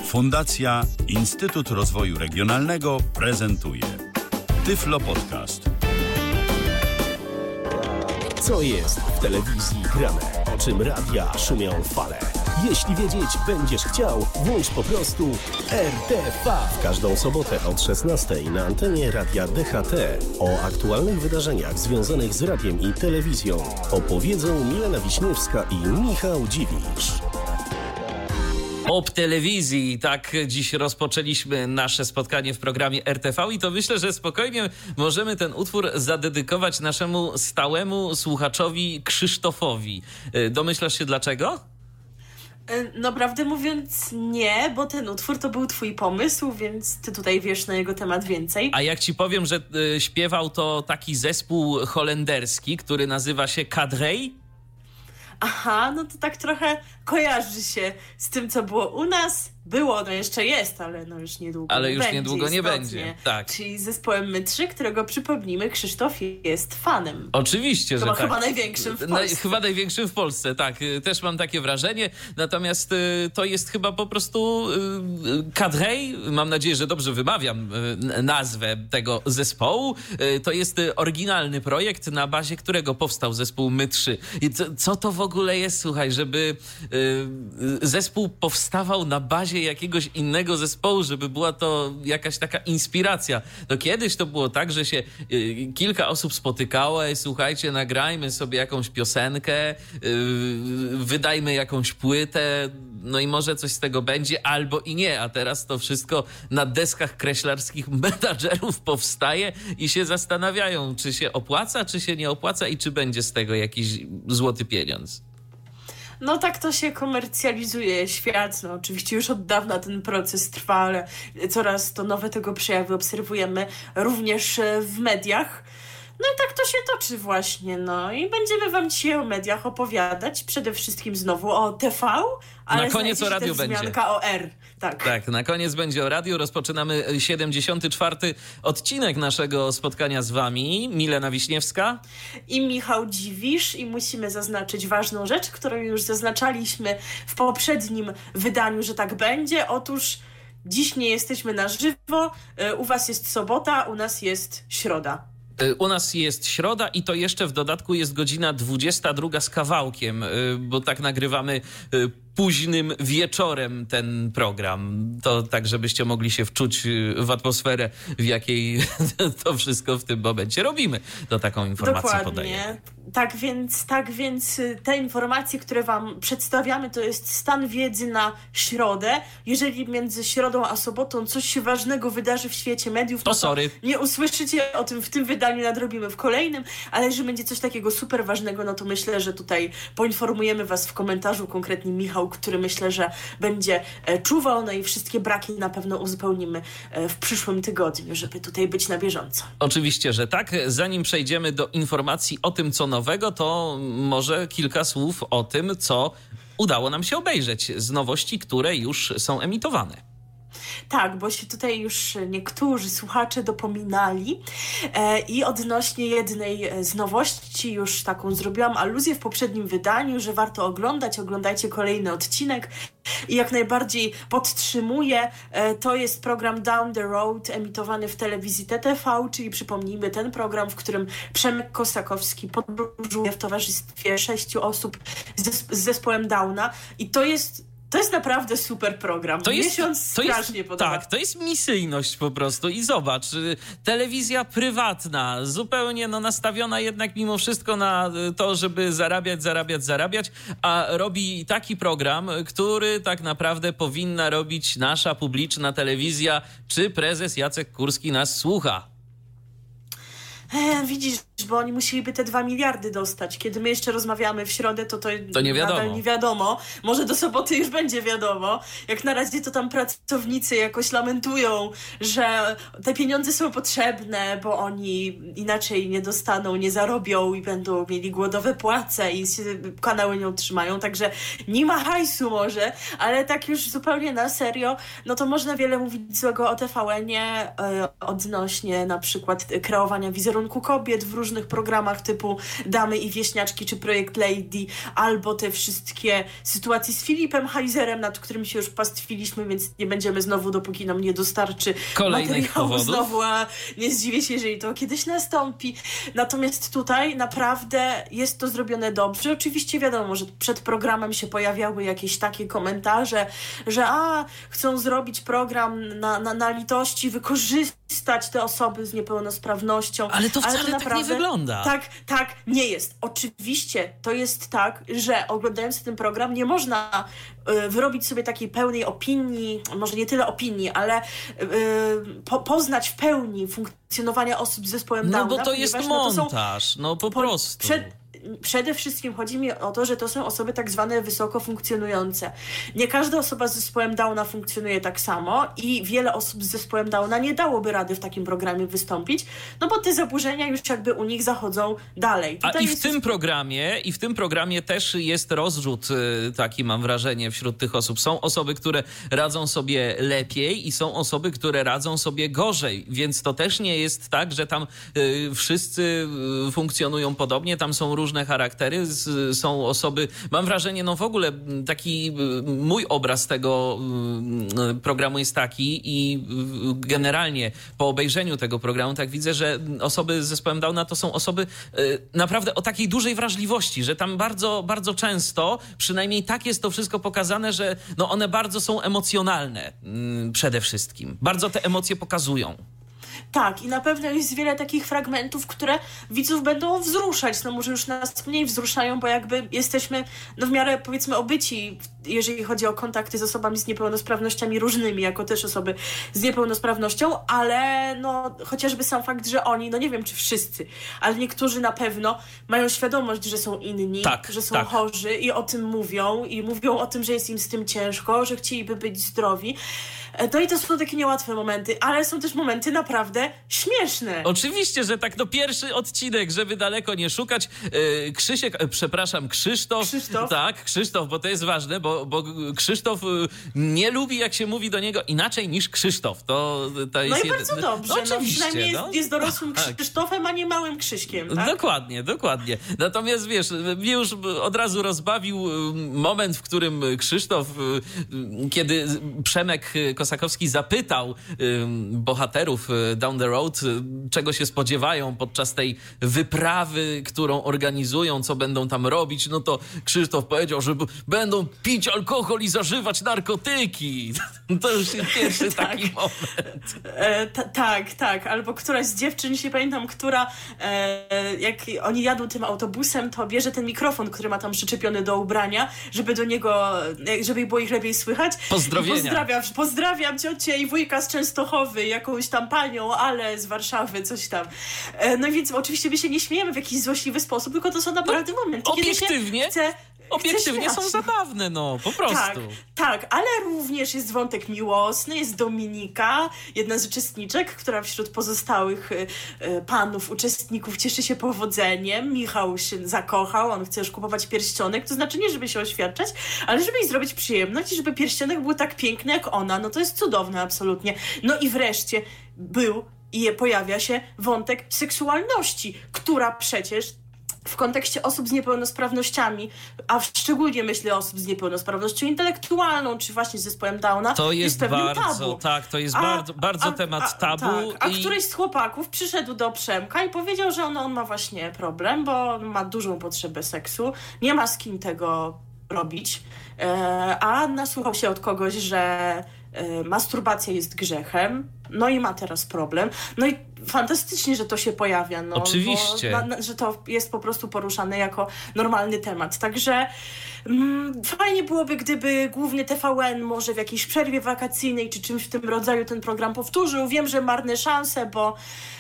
Fundacja Instytut Rozwoju Regionalnego prezentuje Tyflo Podcast. Co jest w telewizji grane? O czym radia szumią fale? Jeśli wiedzieć będziesz chciał, włącz po prostu RTV. W każdą sobotę od 16 na antenie Radia DHT o aktualnych wydarzeniach związanych z radiem i telewizją opowiedzą Milena Wiśniewska i Michał Dziwisz. Ob telewizji, tak dziś rozpoczęliśmy nasze spotkanie w programie RTV i to myślę, że spokojnie możemy ten utwór zadedykować naszemu stałemu słuchaczowi Krzysztofowi. Domyślasz się dlaczego? No prawdę mówiąc nie, bo ten utwór to był twój pomysł, więc ty tutaj wiesz na jego temat więcej. A jak ci powiem, że śpiewał to taki zespół holenderski, który nazywa się Kadrej? Aha, no to tak trochę kojarzy się z tym, co było u nas. Było, no jeszcze jest, ale no już niedługo ale nie już będzie. Niedługo nie będzie, tak. Czyli z zespołem My3, którego przypomnijmy, Krzysztof jest fanem. Oczywiście, że tak. Chyba największym w Polsce. Chyba największym w Polsce, tak. Też mam takie wrażenie. Natomiast to jest chyba po prostu Kadrej, mam nadzieję, że dobrze wymawiam nazwę tego zespołu. To jest oryginalny projekt, na bazie którego powstał zespół My3. I co to w ogóle jest, słuchaj, żeby zespół powstawał na bazie jakiegoś innego zespołu, żeby była to jakaś taka inspiracja. No kiedyś to było tak, że się kilka osób spotykało i słuchajcie, nagrajmy sobie jakąś piosenkę, wydajmy jakąś płytę, no i może coś z tego będzie, albo i nie. A teraz to wszystko na deskach kreślarskich menadżerów powstaje i się zastanawiają, czy się opłaca, czy się nie opłaca i czy będzie z tego jakiś złoty pieniądz. No tak to się komercjalizuje świat. No oczywiście już od dawna ten proces trwa, ale coraz to nowe tego przejawy obserwujemy również w mediach. No i tak to się toczy właśnie, no i będziemy wam dzisiaj o mediach opowiadać, przede wszystkim znowu o TV, ale na koniec o radiu będzie. Wzmianka o R. Tak, na koniec będzie o radiu. Rozpoczynamy 74. odcinek naszego spotkania z wami. Milena Wiśniewska i Michał Dziwisz i musimy zaznaczyć ważną rzecz, którą już zaznaczaliśmy w poprzednim wydaniu, że tak będzie. Otóż dziś nie jesteśmy na żywo, u was jest sobota, u nas jest środa. U nas jest środa i to jeszcze w dodatku jest godzina 22 z kawałkiem, bo tak nagrywamy późnym wieczorem ten program. To tak, żebyście mogli się wczuć w atmosferę, w jakiej to wszystko w tym momencie robimy. To taką informację Dokładnie. podaję. Tak więc te informacje, które wam przedstawiamy, to jest stan wiedzy na środę. Jeżeli między środą a sobotą coś się ważnego wydarzy w świecie mediów, to sorry. Nie usłyszycie o tym w tym wydaniu, nadrobimy w kolejnym, ale jeżeli będzie coś takiego super ważnego, no to myślę, że tutaj poinformujemy was w komentarzu, konkretnie Michał, który myślę, że będzie czuwał, no i wszystkie braki na pewno uzupełnimy w przyszłym tygodniu, żeby tutaj być na bieżąco. Oczywiście, że tak. Zanim przejdziemy do informacji o tym, co nowego, to może kilka słów o tym, co udało nam się obejrzeć z nowości, które już są emitowane. Tak, bo się tutaj już niektórzy słuchacze dopominali i odnośnie jednej z nowości już taką zrobiłam aluzję w poprzednim wydaniu, że warto oglądajcie kolejny odcinek i jak najbardziej podtrzymuję, to jest program Down the Road emitowany w telewizji TTV, czyli przypomnijmy ten program, w którym Przemek Kosakowski podróżuje w towarzystwie 6 osób z zespołem Downa i to jest naprawdę super program. Strasznie podoba. Tak, to jest misyjność po prostu. I zobacz, telewizja prywatna, zupełnie nastawiona jednak mimo wszystko na to, żeby zarabiać, a robi taki program, który tak naprawdę powinna robić nasza publiczna telewizja. Czy prezes Jacek Kurski nas słucha? Widzisz, bo oni musieliby te 2 miliardy dostać. Kiedy my jeszcze rozmawiamy w środę, to nie wiadomo. Nadal nie wiadomo. Może do soboty już będzie wiadomo. Jak na razie to tam pracownicy jakoś lamentują, że te pieniądze są potrzebne, bo oni inaczej nie dostaną, nie zarobią i będą mieli głodowe płace i się kanały nie utrzymają. Także nie ma hajsu może, ale tak już zupełnie na serio, no to można wiele mówić złego o TVN-ie odnośnie na przykład kreowania wizerunku wizerunku kobiet w różnych programach typu Damy i Wieśniaczki czy Projekt Lady, albo te wszystkie sytuacje z Filipem Heizerem, nad którym się już pastwiliśmy, więc nie będziemy znowu, dopóki nam nie dostarczy kolejnych powodów. Znowu, a nie zdziwię się, jeżeli to kiedyś nastąpi. Natomiast tutaj naprawdę jest to zrobione dobrze. Oczywiście wiadomo, że przed programem się pojawiały jakieś takie komentarze, że chcą zrobić program na litości, wykorzystać te osoby z niepełnosprawnością. Ale to wcale naprawdę, tak nie wygląda. Tak, nie jest. Oczywiście to jest tak, że oglądając ten program nie można wyrobić sobie takiej pełnej opinii, może nie tyle opinii, ale poznać w pełni funkcjonowania osób z zespołem Downa. No bo to jest montaż, po prostu. Przede wszystkim chodzi mi o to, że to są osoby tak zwane wysoko funkcjonujące. Nie każda osoba z zespołem Downa funkcjonuje tak samo i wiele osób z zespołem Downa nie dałoby rady w takim programie wystąpić, no bo te zaburzenia już jakby u nich zachodzą dalej. I w tym programie też jest rozrzut taki, mam wrażenie, wśród tych osób. Są osoby, które radzą sobie lepiej i są osoby, które radzą sobie gorzej, więc to też nie jest tak, że tam wszyscy funkcjonują podobnie, tam są różne charaktery, są osoby, mam wrażenie, w ogóle taki mój obraz tego programu jest taki i generalnie po obejrzeniu tego programu tak widzę, że osoby z zespołem Downa to są osoby naprawdę o takiej dużej wrażliwości, że tam bardzo, bardzo często, przynajmniej tak jest to wszystko pokazane, że one bardzo są emocjonalne przede wszystkim. Bardzo te emocje pokazują. Tak, i na pewno jest wiele takich fragmentów, które widzów będą wzruszać. Może już nas mniej wzruszają, bo jakby jesteśmy w miarę, powiedzmy, obyci, jeżeli chodzi o kontakty z osobami z niepełnosprawnościami różnymi, jako też osoby z niepełnosprawnością, ale chociażby sam fakt, że oni, nie wiem czy wszyscy, ale niektórzy na pewno mają świadomość, że są inni, że są chorzy i o tym mówią o tym, że jest im z tym ciężko, że chcieliby być zdrowi. No i to są takie niełatwe momenty, ale są też momenty naprawdę śmieszne. Oczywiście, że tak, pierwszy odcinek, żeby daleko nie szukać. Krzysztof. Tak, Krzysztof, bo to jest ważne, bo Krzysztof nie lubi, jak się mówi do niego inaczej niż Krzysztof. To jest i bardzo dobrze. Oczywiście. Przynajmniej jest dorosłym Krzysztofem, a nie małym Krzyśkiem. Tak? Dokładnie. Natomiast mnie już od razu rozbawił moment, w którym Krzysztof, kiedy Przemek Kosakowski zapytał bohaterów Down the Road, czego się spodziewają podczas tej wyprawy, którą organizują, co będą tam robić, to Krzysztof powiedział, że będą pić alkohol i zażywać narkotyki. To już jest pierwszy taki moment. Tak. Albo któraś z dziewczyn, nie pamiętam, która jak oni jadą tym autobusem, to bierze ten mikrofon, który ma tam przyczepiony do ubrania, żeby do niego, żeby było ich lepiej słychać. Pozdrowienia. Pozdrawiam ciocię i wujka z Częstochowy, jakąś tam panią, ale z Warszawy, coś tam. No i więc oczywiście my się nie śmiejemy w jakiś złośliwy sposób, tylko to są naprawdę momenty, obiektywnie, kiedy obiektywnie są zabawne, po prostu. Tak, ale również jest wątek miłosny, jest Dominika, jedna z uczestniczek, która wśród pozostałych panów, uczestników cieszy się powodzeniem. Michał się zakochał, on chce już kupować pierścionek, to znaczy nie, żeby się oświadczać, ale żeby jej zrobić przyjemność i żeby pierścionek był tak piękny jak ona. To jest cudowne absolutnie. I wreszcie pojawia się wątek seksualności, która przecież w kontekście osób z niepełnosprawnościami, a szczególnie myślę o osób z niepełnosprawnością intelektualną, czy właśnie z zespołem Downa, to jest pewnym tabu. Tak, to jest bardzo temat tabu. Któryś z chłopaków przyszedł do Przemka i powiedział, że on ma właśnie problem, bo ma dużą potrzebę seksu, nie ma z kim tego robić, a nasłuchał się od kogoś, że masturbacja jest grzechem, i ma teraz problem. I fantastycznie, że to się pojawia. Oczywiście. Że to jest po prostu poruszane jako normalny temat. Także fajnie byłoby, gdyby główny TVN może w jakiejś przerwie wakacyjnej czy czymś w tym rodzaju ten program powtórzył. Wiem, że marne szanse, bo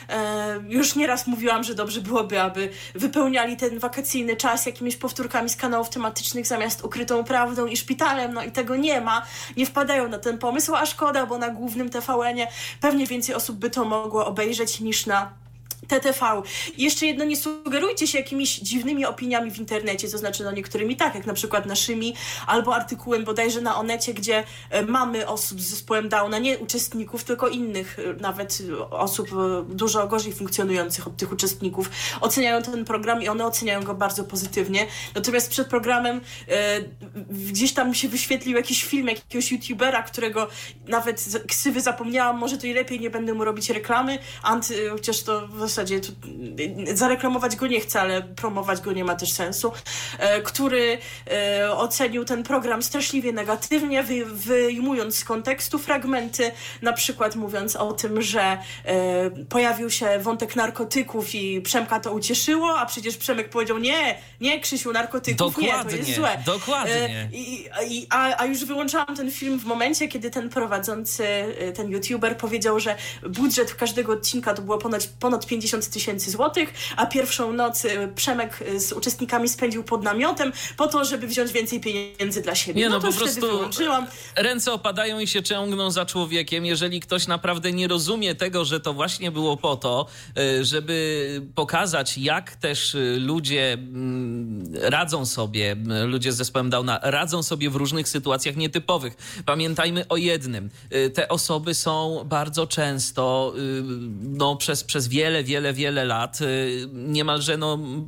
już nieraz mówiłam, że dobrze byłoby, aby wypełniali ten wakacyjny czas jakimiś powtórkami z kanałów tematycznych zamiast Ukrytą Prawdą i Szpitalem. I tego nie ma. Nie wpadają na ten pomysł, a szkoda, bo na głównym TVN-ie pewnie więcej osób by to mogło obejrzeć niż na TTV. I jeszcze jedno, nie sugerujcie się jakimiś dziwnymi opiniami w internecie, to znaczy niektórymi tak, jak na przykład naszymi, albo artykułem bodajże na Onecie, gdzie mamy osób z zespołem Downa, nie uczestników, tylko innych, nawet osób dużo gorzej funkcjonujących od tych uczestników, oceniają ten program i one oceniają go bardzo pozytywnie. Natomiast przed programem gdzieś tam się wyświetlił jakiś film jakiegoś youtubera, którego nawet z ksywy zapomniałam, może to i lepiej nie będę mu robić reklamy, chociaż to w zasadzie zareklamować go nie chcę, ale promować go nie ma też sensu, który ocenił ten program straszliwie negatywnie, wyjmując z kontekstu fragmenty, na przykład mówiąc o tym, że pojawił się wątek narkotyków i Przemka to ucieszyło, a przecież Przemek powiedział nie Krzysiu, narkotyków dokładnie, nie, to jest złe. Dokładnie. A już wyłączałam ten film w momencie, kiedy ten prowadzący, ten youtuber powiedział, że budżet każdego odcinka to było ponad 50 000 złotych, a pierwszą noc Przemek z uczestnikami spędził pod namiotem po to, żeby wziąć więcej pieniędzy dla siebie. Nie, no to po już prostu wtedy wyłączyłam. Ręce opadają i się ciągną za człowiekiem, jeżeli ktoś naprawdę nie rozumie tego, że to właśnie było po to, żeby pokazać, jak też ludzie radzą sobie, ludzie z zespołem Downa radzą sobie w różnych sytuacjach nietypowych. Pamiętajmy o jednym. Te osoby są bardzo często przez wiele lat niemalże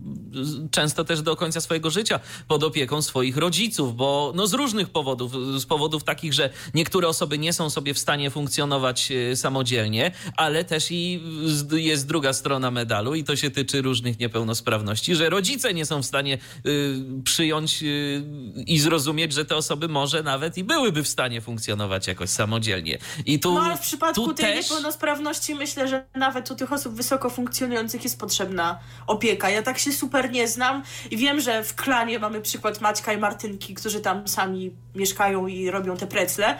często też do końca swojego życia pod opieką swoich rodziców, bo z różnych powodów, z powodów takich, że niektóre osoby nie są sobie w stanie funkcjonować samodzielnie, ale też i jest druga strona medalu i to się tyczy różnych niepełnosprawności, że rodzice nie są w stanie przyjąć i zrozumieć, że te osoby może nawet i byłyby w stanie funkcjonować jakoś samodzielnie. I tu, ale w przypadku tej też niepełnosprawności myślę, że nawet u tych osób wysoko funkcjonujących jest potrzebna opieka. Ja tak się super nie znam i wiem, że w klanie mamy przykład Maćka i Martynki, którzy tam sami mieszkają i robią te precle,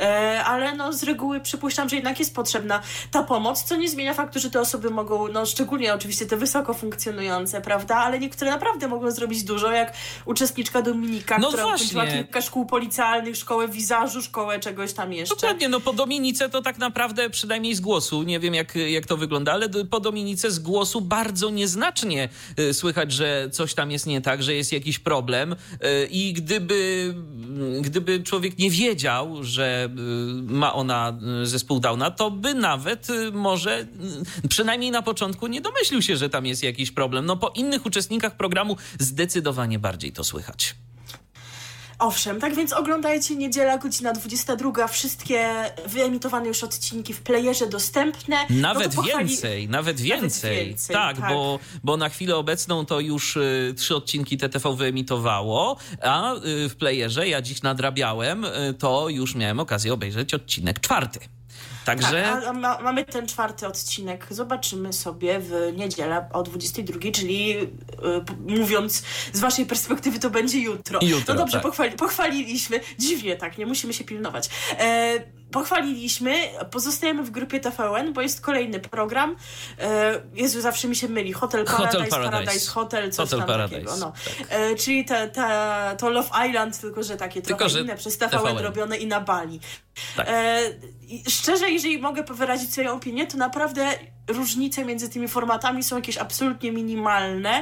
ale z reguły przypuszczam, że jednak jest potrzebna ta pomoc, co nie zmienia faktu, że te osoby mogą, szczególnie oczywiście te wysoko funkcjonujące, prawda, ale niektóre naprawdę mogą zrobić dużo, jak uczestniczka Dominika, która ukończyła kilka szkół policjalnych, szkołę wizażu, szkołę czegoś tam jeszcze. Dokładnie, po Dominice to tak naprawdę przynajmniej z głosu, nie wiem jak to wygląda, ale po Dominice z głosu bardzo nieznacznie słychać, że coś tam jest nie tak, że jest jakiś problem i gdyby człowiek nie wiedział, że ma ona zespół Downa, to by nawet może przynajmniej na początku nie domyślił się, że tam jest jakiś problem. Po innych uczestnikach programu zdecydowanie bardziej to słychać. Owszem, tak więc oglądajcie, niedziela, godzina 22, wszystkie wyemitowane już odcinki w playerze dostępne. Nawet więcej. Tak. Bo na chwilę obecną to już 3 odcinki TTV wyemitowało, a w playerze ja dziś nadrabiałem, to już miałem okazję obejrzeć odcinek 4. Także... Tak, mamy ten 4 odcinek. Zobaczymy sobie w niedzielę o 22, czyli mówiąc z waszej perspektywy to będzie jutro. No dobrze, tak. Pochwaliliśmy. Dziwnie tak, nie musimy się pilnować. Pochwaliliśmy, pozostajemy w grupie TVN, bo jest kolejny program. Jezu, zawsze mi się myli. Hotel Paradise Hotel, coś Hotel tam Paradise, takiego. No. Tak. Czyli to Love Island, tylko że takie trochę inne, przez TVN robione i na Bali. Tak. Szczerze, jeżeli mogę wyrazić swoją opinię, to naprawdę różnice między tymi formatami są jakieś absolutnie minimalne.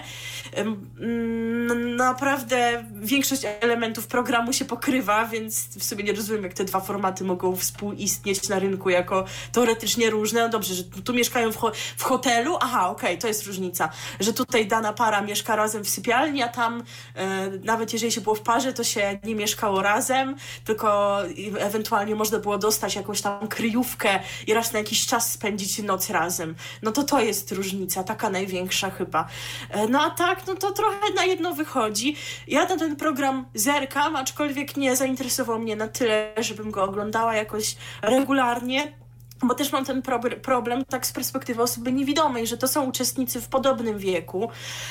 Naprawdę większość elementów programu się pokrywa, więc w sobie nie rozumiem, jak te dwa formaty mogą współistnieć na rynku jako teoretycznie różne. No dobrze, że tu mieszkają w hotelu, to jest różnica, że tutaj dana para mieszka razem w sypialni, a tam nawet jeżeli się było w parze, to się nie mieszkało razem, tylko ewentualnie można było dostać jakąś tam kryjówkę i raz na jakiś czas spędzić noc razem. No to jest różnica, taka największa chyba. No a tak, to trochę na jedno wychodzi. Ja na ten program zerkam, aczkolwiek nie zainteresował mnie na tyle, żebym go oglądała jakoś regularnie. Bo też mam ten problem tak z perspektywy osoby niewidomej, że to są uczestnicy w podobnym wieku.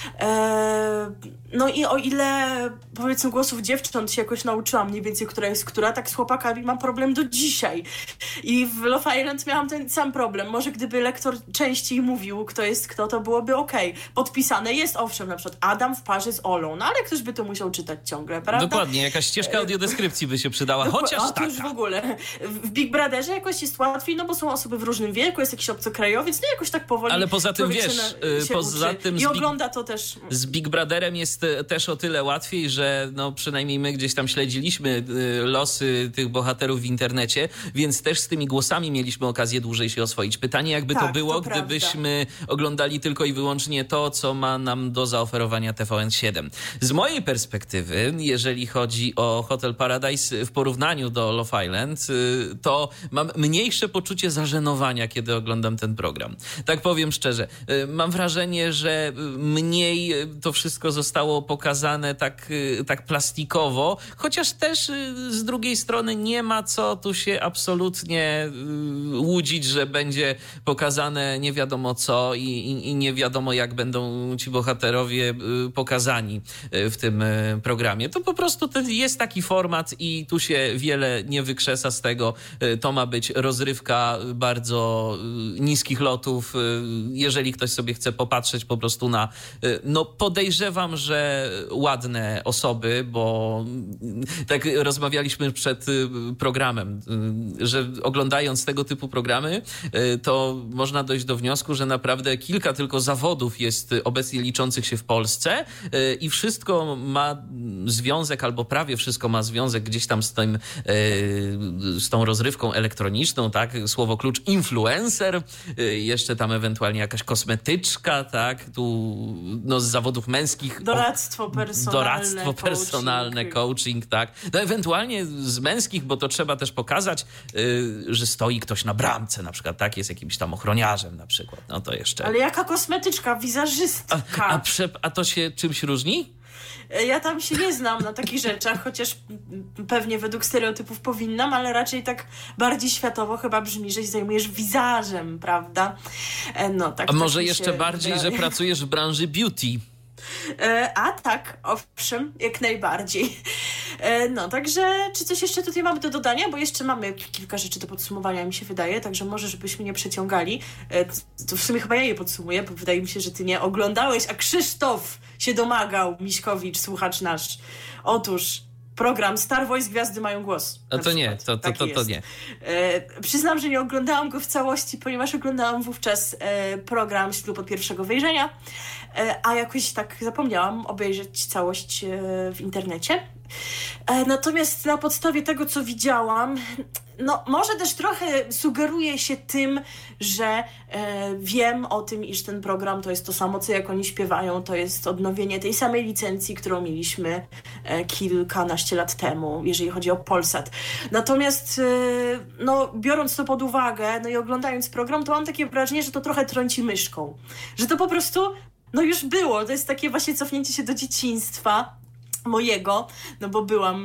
No i o ile powiedzmy głosów dziewcząt się jakoś nauczyłam mniej więcej, która jest która, tak z chłopakami mam problem do dzisiaj. I w Love Island miałam ten sam problem. Może gdyby lektor częściej mówił, kto jest kto, to byłoby okej. Podpisane jest owszem, na przykład Adam w parze z Olą, no ale ktoś by to musiał czytać ciągle, prawda? Dokładnie, jakaś ścieżka audiodeskrypcji by się przydała, chociaż taka. To już w ogóle. W Big Brotherze jakoś jest łatwiej, no bo są osoby w różnym wieku, jest jakiś obcokrajowiec, no jakoś tak powoli. Ale poza tym wiesz, poza tym i ogląda to też. Z Big Brotherem jest też o tyle łatwiej, że no przynajmniej my gdzieś tam śledziliśmy losy tych bohaterów w internecie, więc też z tymi głosami mieliśmy okazję dłużej się oswoić. Pytanie, jakby to było, gdybyśmy oglądali tylko i wyłącznie to, co ma nam do zaoferowania TVN7. Z mojej perspektywy, jeżeli chodzi o Hotel Paradise w porównaniu do Love Island, to mam mniejsze poczucie zażenowania, kiedy oglądam ten program. Tak powiem szczerze. Mam wrażenie, że mniej to wszystko zostało pokazane tak plastikowo, chociaż też z drugiej strony nie ma co tu się absolutnie łudzić, że będzie pokazane nie wiadomo co i nie wiadomo jak będą ci bohaterowie pokazani w tym programie. To po prostu jest taki format i tu się wiele nie wykrzesa z tego. To ma być rozrywka bardzo niskich lotów. Jeżeli ktoś sobie chce popatrzeć po prostu na, no podejrzewam, że ładne osoby, bo tak rozmawialiśmy przed programem, że oglądając tego typu programy, to można dojść do wniosku, że naprawdę kilka tylko zawodów jest obecnie liczących się w Polsce i wszystko ma związek, albo prawie wszystko ma związek gdzieś tam z tą rozrywką elektroniczną, tak? Słowo klucz influencer, jeszcze tam ewentualnie jakaś kosmetyczka, tak? Tu no, z zawodów męskich. Doradztwo personalne, coaching, tak? No ewentualnie z męskich, bo to trzeba też pokazać, że stoi ktoś na bramce na przykład, tak? Jest jakimś tam ochroniarzem na przykład. No to jeszcze. Ale jaka kosmetyczka, wizerzystka. A to się czymś różni? Ja tam się nie znam na takich rzeczach, chociaż pewnie według stereotypów powinnam, ale raczej tak bardziej światowo chyba brzmi, że się zajmujesz wizażem, prawda? No, tak, a może jeszcze bardziej, że pracujesz w branży beauty? A tak, owszem, jak najbardziej. No, także czy coś jeszcze tutaj mamy do dodania? Bo jeszcze mamy kilka rzeczy do podsumowania, mi się wydaje, także może żebyśmy nie przeciągali. To w sumie chyba ja je podsumuję, bo wydaje mi się, że ty nie oglądałeś, a Krzysztof się domagał, Miśkowicz, słuchacz nasz. Otóż program Star Voice, Gwiazdy mają głos. A to nie, to nie. Przyznam, że nie oglądałam go w całości, ponieważ oglądałam wówczas program Ślub od pierwszego wejrzenia, a jakoś tak zapomniałam obejrzeć całość w internecie. Natomiast na podstawie tego, co widziałam, no może też trochę sugeruje się tym, że wiem o tym, iż ten program to jest to samo, co jak oni śpiewają, to jest odnowienie tej samej licencji, którą mieliśmy kilkanaście lat temu, jeżeli chodzi o Polsat. Natomiast no, biorąc to pod uwagę, no i oglądając program, to mam takie wrażenie, że to trochę trąci myszką. Że to po prostu, no już było, to jest takie właśnie cofnięcie się do dzieciństwa mojego, no bo byłam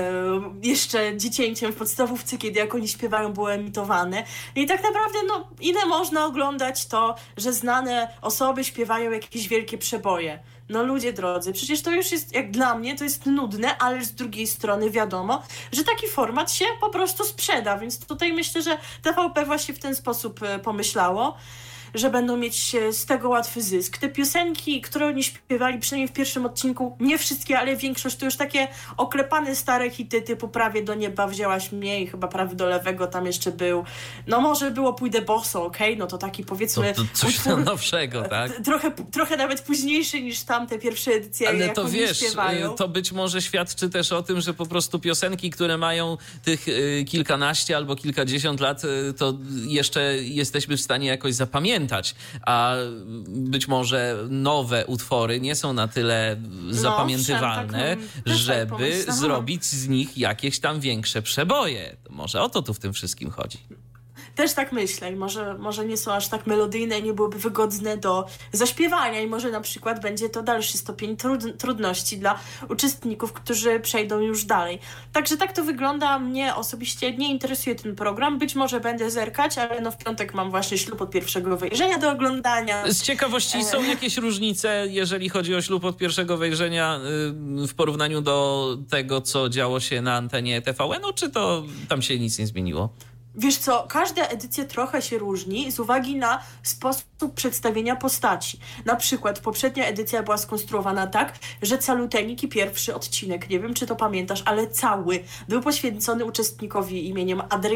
jeszcze dziecięciem w podstawówce, kiedy jak oni śpiewają, było emitowane. I tak naprawdę, no ile można oglądać to, że znane osoby śpiewają jakieś wielkie przeboje. No ludzie drodzy, przecież to już jest, jak dla mnie, to jest nudne, ale z drugiej strony wiadomo, że taki format się po prostu sprzeda, więc tutaj myślę, że TVP właśnie w ten sposób pomyślało, że będą mieć z tego łatwy zysk. Te piosenki, które oni śpiewali, przynajmniej w pierwszym odcinku, nie wszystkie, ale większość, to już takie oklepane stare hity typu Prawie do nieba wzięłaś mnie i chyba Prawie do lewego tam jeszcze był. No może było Pójdę boso, okej? No to taki powiedzmy to coś utwór, nowszego, tak? Trochę nawet późniejszy niż tamte pierwsze edycje, ale jak to oni wiesz, śpiewają. To być może świadczy też o tym, że po prostu piosenki, które mają tych kilkanaście albo kilkadziesiąt lat, to jeszcze jesteśmy w stanie jakoś zapamiętać. A być może nowe utwory nie są na tyle zapamiętywalne, żeby zrobić z nich jakieś tam większe przeboje. Może o to tu w tym wszystkim chodzi. Też tak myślę i może nie są aż tak melodyjne i nie byłyby wygodne do zaśpiewania i może na przykład będzie to dalszy stopień trudności dla uczestników, którzy przejdą już dalej. Także tak to wygląda. Mnie osobiście nie interesuje ten program. Być może będę zerkać, ale no w piątek mam właśnie Ślub od pierwszego wejrzenia do oglądania. Z ciekawości są jakieś różnice, jeżeli chodzi o Ślub od pierwszego wejrzenia w porównaniu do tego, co działo się na antenie TVN-u, czy to tam się nic nie zmieniło? Wiesz co, każda edycja trochę się różni z uwagi na sposób przedstawienia postaci. Na przykład poprzednia edycja była skonstruowana tak, że caluteńki pierwszy odcinek, nie wiem czy to pamiętasz, ale cały był poświęcony uczestnikowi imieniem Adrian.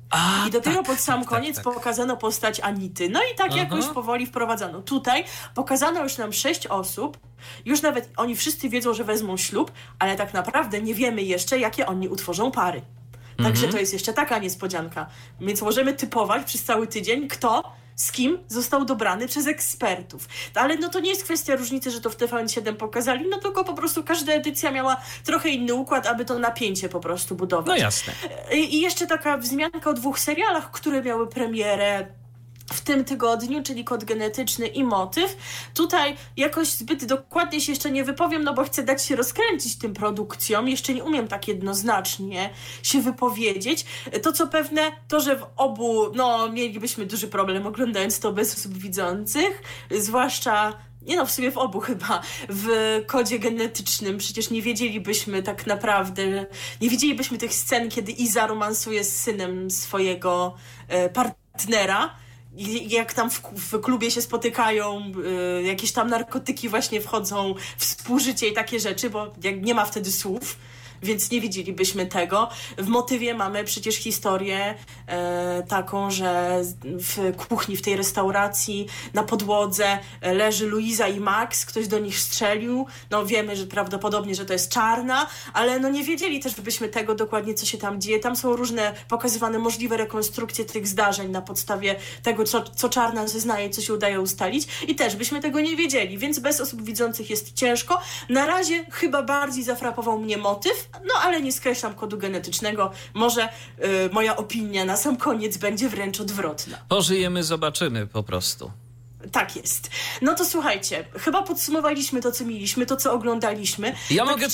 I dopiero pod sam koniec pokazano postać Anity. No i tak jakoś powoli wprowadzano. Tutaj pokazano już nam 6 osób. Już nawet oni wszyscy wiedzą, że wezmą ślub, ale tak naprawdę nie wiemy jeszcze, jakie oni utworzą pary. Także to jest jeszcze taka niespodzianka. Więc możemy typować przez cały tydzień, kto z kim został dobrany przez ekspertów. Ale no to nie jest kwestia różnicy, że to w TVN7 pokazali, no tylko po prostu każda edycja miała trochę inny układ, aby to napięcie po prostu budować. No jasne. I jeszcze taka wzmianka o 2 serialach, które miały premierę w tym tygodniu, czyli Kod Genetyczny i Motyw. Tutaj jakoś zbyt dokładnie się jeszcze nie wypowiem, no bo chcę dać się rozkręcić tym produkcjom. Jeszcze nie umiem tak jednoznacznie się wypowiedzieć. To co pewne, to że w obu, no mielibyśmy duży problem oglądając to bez osób widzących, zwłaszcza w sumie w obu chyba. W Kodzie Genetycznym przecież nie wiedzielibyśmy tak naprawdę, nie widzielibyśmy tych scen, kiedy Iza romansuje z synem swojego partnera. Jak tam w klubie się spotykają, jakieś tam narkotyki właśnie wchodzą, współżycie i takie rzeczy, bo nie ma wtedy słów, więc nie widzielibyśmy tego. W Motywie mamy przecież historię taką, że w kuchni, w tej restauracji na podłodze leży Luiza i Max, ktoś do nich strzelił. No wiemy, że prawdopodobnie, że to jest Czarna, ale no nie wiedzieli też byśmy tego dokładnie, co się tam dzieje. Tam są różne pokazywane możliwe rekonstrukcje tych zdarzeń na podstawie tego, co Czarna zeznaje, co się udaje ustalić i też byśmy tego nie wiedzieli, więc bez osób widzących jest ciężko. Na razie chyba bardziej zafrapował mnie Motyw, no ale nie skreślam Kodu Genetycznego. Może moja opinia na sam koniec będzie wręcz odwrotna. Pożyjemy, zobaczymy po prostu. Tak jest. No to słuchajcie, chyba podsumowaliśmy to, co mieliśmy, to, co oglądaliśmy. Ja mogę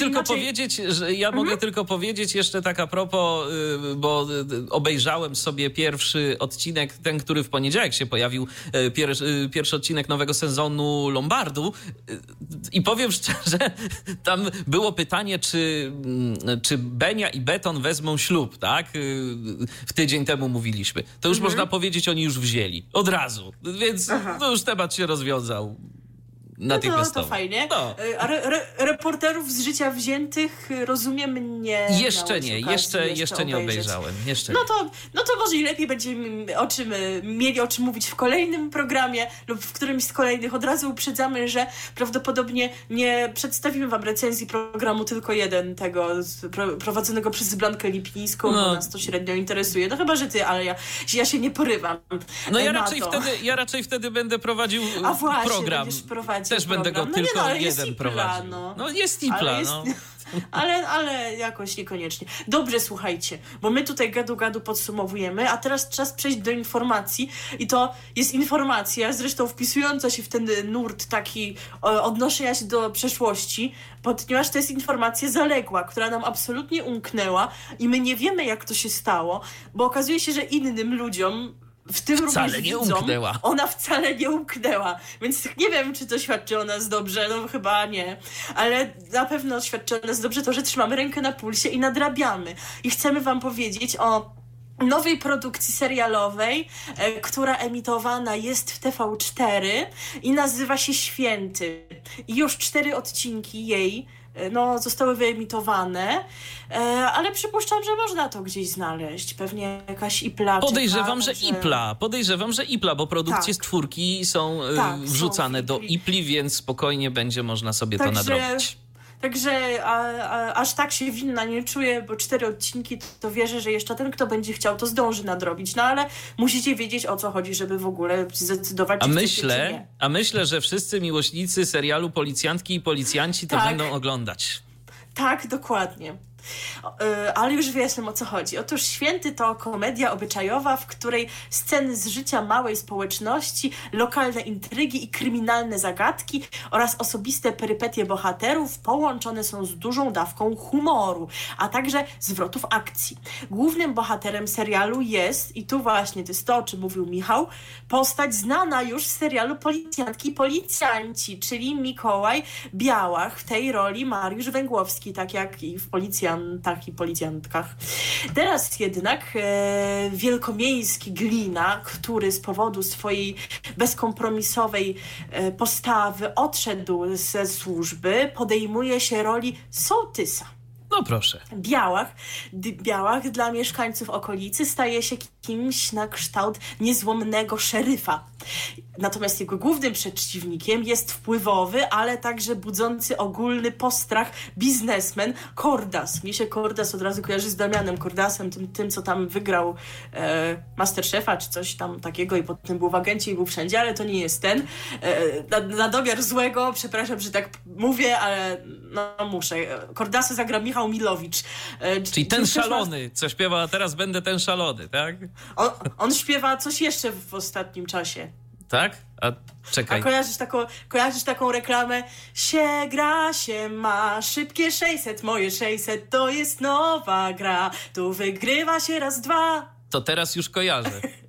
tylko powiedzieć jeszcze tak a propos, bo obejrzałem sobie pierwszy odcinek, ten, który w poniedziałek się pojawił, pierwszy odcinek nowego sezonu Lombardu i powiem szczerze, tam było pytanie, czy Benia i Beton wezmą ślub, tak? W tydzień temu mówiliśmy. To już można powiedzieć, oni już wzięli. Od razu. Więc no już temat się rozwiązał natychmiastowo. No to fajnie. No. A reporterów z życia wziętych, rozumiem, nie. Jeszcze nie obejrzałem. No to może i lepiej będziemy mieli o czym mówić w kolejnym programie lub w którymś z kolejnych. Od razu uprzedzamy, że prawdopodobnie nie przedstawimy wam recenzji programu tylko jeden, tego prowadzonego przez Blankę Lipińską, bo nas to średnio interesuje. No chyba, że ty, ale ja się nie porywam. No ja raczej wtedy będę prowadził program. Też będę go tylko jeden prowadził. No jest IPLA, Ale jakoś niekoniecznie. Dobrze, słuchajcie, bo my tutaj gadu podsumowujemy, a teraz czas przejść do informacji i to jest informacja, zresztą wpisująca się w ten nurt taki odnoszenia się do przeszłości, ponieważ to jest informacja zaległa, która nam absolutnie umknęła i my nie wiemy, jak to się stało, bo okazuje się, że innym ludziom, w tym wcale nie umknęła. Ona wcale nie umknęła. Więc nie wiem, czy to świadczy o nas dobrze. No chyba nie. Ale na pewno świadczy o nas dobrze to, że trzymamy rękę na pulsie i nadrabiamy. I chcemy wam powiedzieć o nowej produkcji serialowej, która emitowana jest w TV4 i nazywa się Święty. I już 4 odcinki jej zostały wyemitowane, ale przypuszczam, że można to gdzieś znaleźć. Pewnie jakaś IPLA. Podejrzewam, że IPLA, bo produkcje z 4 są wrzucane do IPLI, więc spokojnie będzie można sobie to nadrobić. Także aż tak się winna nie czuję, bo 4 odcinki to wierzę, że jeszcze ten, kto będzie chciał, to zdąży nadrobić. No ale musicie wiedzieć, o co chodzi, żeby w ogóle zdecydować, czy chcecie, czy nie. A myślę, że wszyscy miłośnicy serialu Policjantki i Policjanci to będą oglądać. Tak, dokładnie. Ale już wyjaśniam, o co chodzi. Otóż Święty to komedia obyczajowa, w której sceny z życia małej społeczności, lokalne intrygi i kryminalne zagadki oraz osobiste perypetie bohaterów połączone są z dużą dawką humoru, a także zwrotów akcji. Głównym bohaterem serialu jest, i tu właśnie to jest to, o czym mówił Michał, postać znana już z serialu Policjantki i Policjanci, czyli Mikołaj Białach. W tej roli Mariusz Węgłowski, tak jak i w Policjantach i Policjantkach. Teraz jednak wielkomiejski Glina, który z powodu swojej bezkompromisowej postawy odszedł ze służby, podejmuje się roli sołtysa. No proszę. Białach dla mieszkańców okolicy staje się kimś na kształt niezłomnego szeryfa. Natomiast jego głównym przeciwnikiem jest wpływowy, ale także budzący ogólny postrach biznesmen Kordas. Mi się Kordas od razu kojarzy z Damianem Kordasem, tym co tam wygrał Masterchefa czy coś tam takiego i potem był w Agencie i był wszędzie, ale to nie jest ten. Na domiar złego, przepraszam, że tak mówię, ale no muszę. Kordasa zagra Michał Milowicz. Czyli ten szalony, co śpiewa, a teraz będę ten szalony, tak? On śpiewa coś jeszcze w ostatnim czasie. Tak? A czekaj. A kojarzysz taką reklamę? Się gra, się ma, szybkie 600, moje 600, to jest nowa gra, tu wygrywa się raz, dwa. To teraz już kojarzę.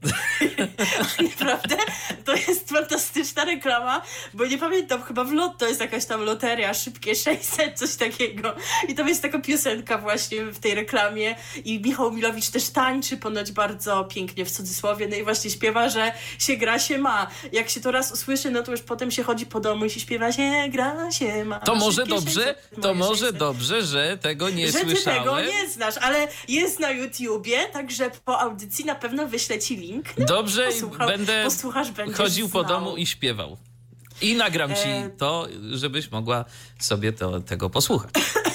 Naprawdę? To jest fantastyczna reklama, bo nie pamiętam, chyba w Lotto jest jakaś tam loteria, szybkie 600, coś takiego. I to jest taka piosenka właśnie w tej reklamie i Michał Milowicz też tańczy ponoć bardzo pięknie w cudzysłowie, no i właśnie śpiewa, że się gra, się ma. Jak się to raz usłyszy, no to już potem się chodzi po domu i się śpiewa, się gra, się ma. To może dobrze, 600. Dobrze, że tego nie słyszałem. Że ty tego nie znasz, ale jest na YouTubie, także po audycji na pewno wyślę ci link. No, dobrze, będę chodził po znał. domu i śpiewał. I nagram ci to, żebyś mogła sobie tego posłuchać.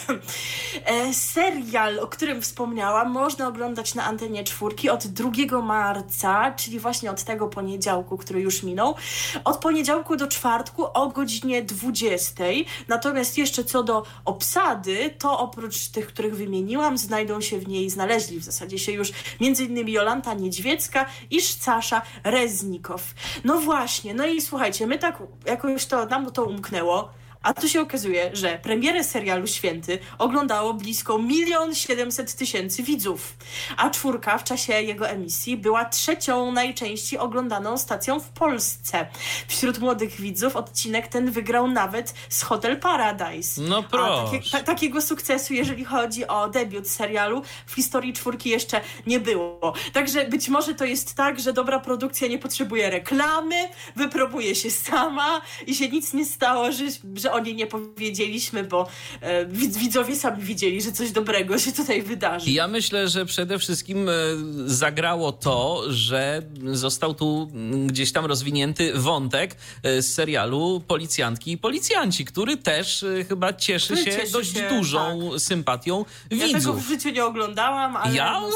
Serial, o którym wspomniałam, można oglądać na Antenie 4 od 2 marca, czyli właśnie od tego poniedziałku, który już minął. Od poniedziałku do czwartku o godzinie 20. Natomiast jeszcze co do obsady, to oprócz tych, których wymieniłam, znaleźli w zasadzie się już m.in. Jolanta Niedźwiecka i Sasza Reznikow. No właśnie, no i słuchajcie, my tak jakoś nam to umknęło. A tu się okazuje, że premierę serialu Święty oglądało blisko 1 700 000 widzów, a 4 w czasie jego emisji była 3. najczęściej oglądaną stacją w Polsce. Wśród młodych widzów odcinek ten wygrał nawet z Hotel Paradise. No proszę. A takiego sukcesu, jeżeli chodzi o debiut serialu, w historii 4 jeszcze nie było. Także być może to jest tak, że dobra produkcja nie potrzebuje reklamy, wyprobuje się sama i się nic nie stało, że o niej nie powiedzieliśmy, bo widzowie sami widzieli, że coś dobrego się tutaj wydarzy. Ja myślę, że przede wszystkim zagrało to, że został tu gdzieś tam rozwinięty wątek z serialu Policjantki i Policjanci, który też chyba cieszy się dość dużą sympatią widzów. Ja tego w życiu nie oglądałam, ale...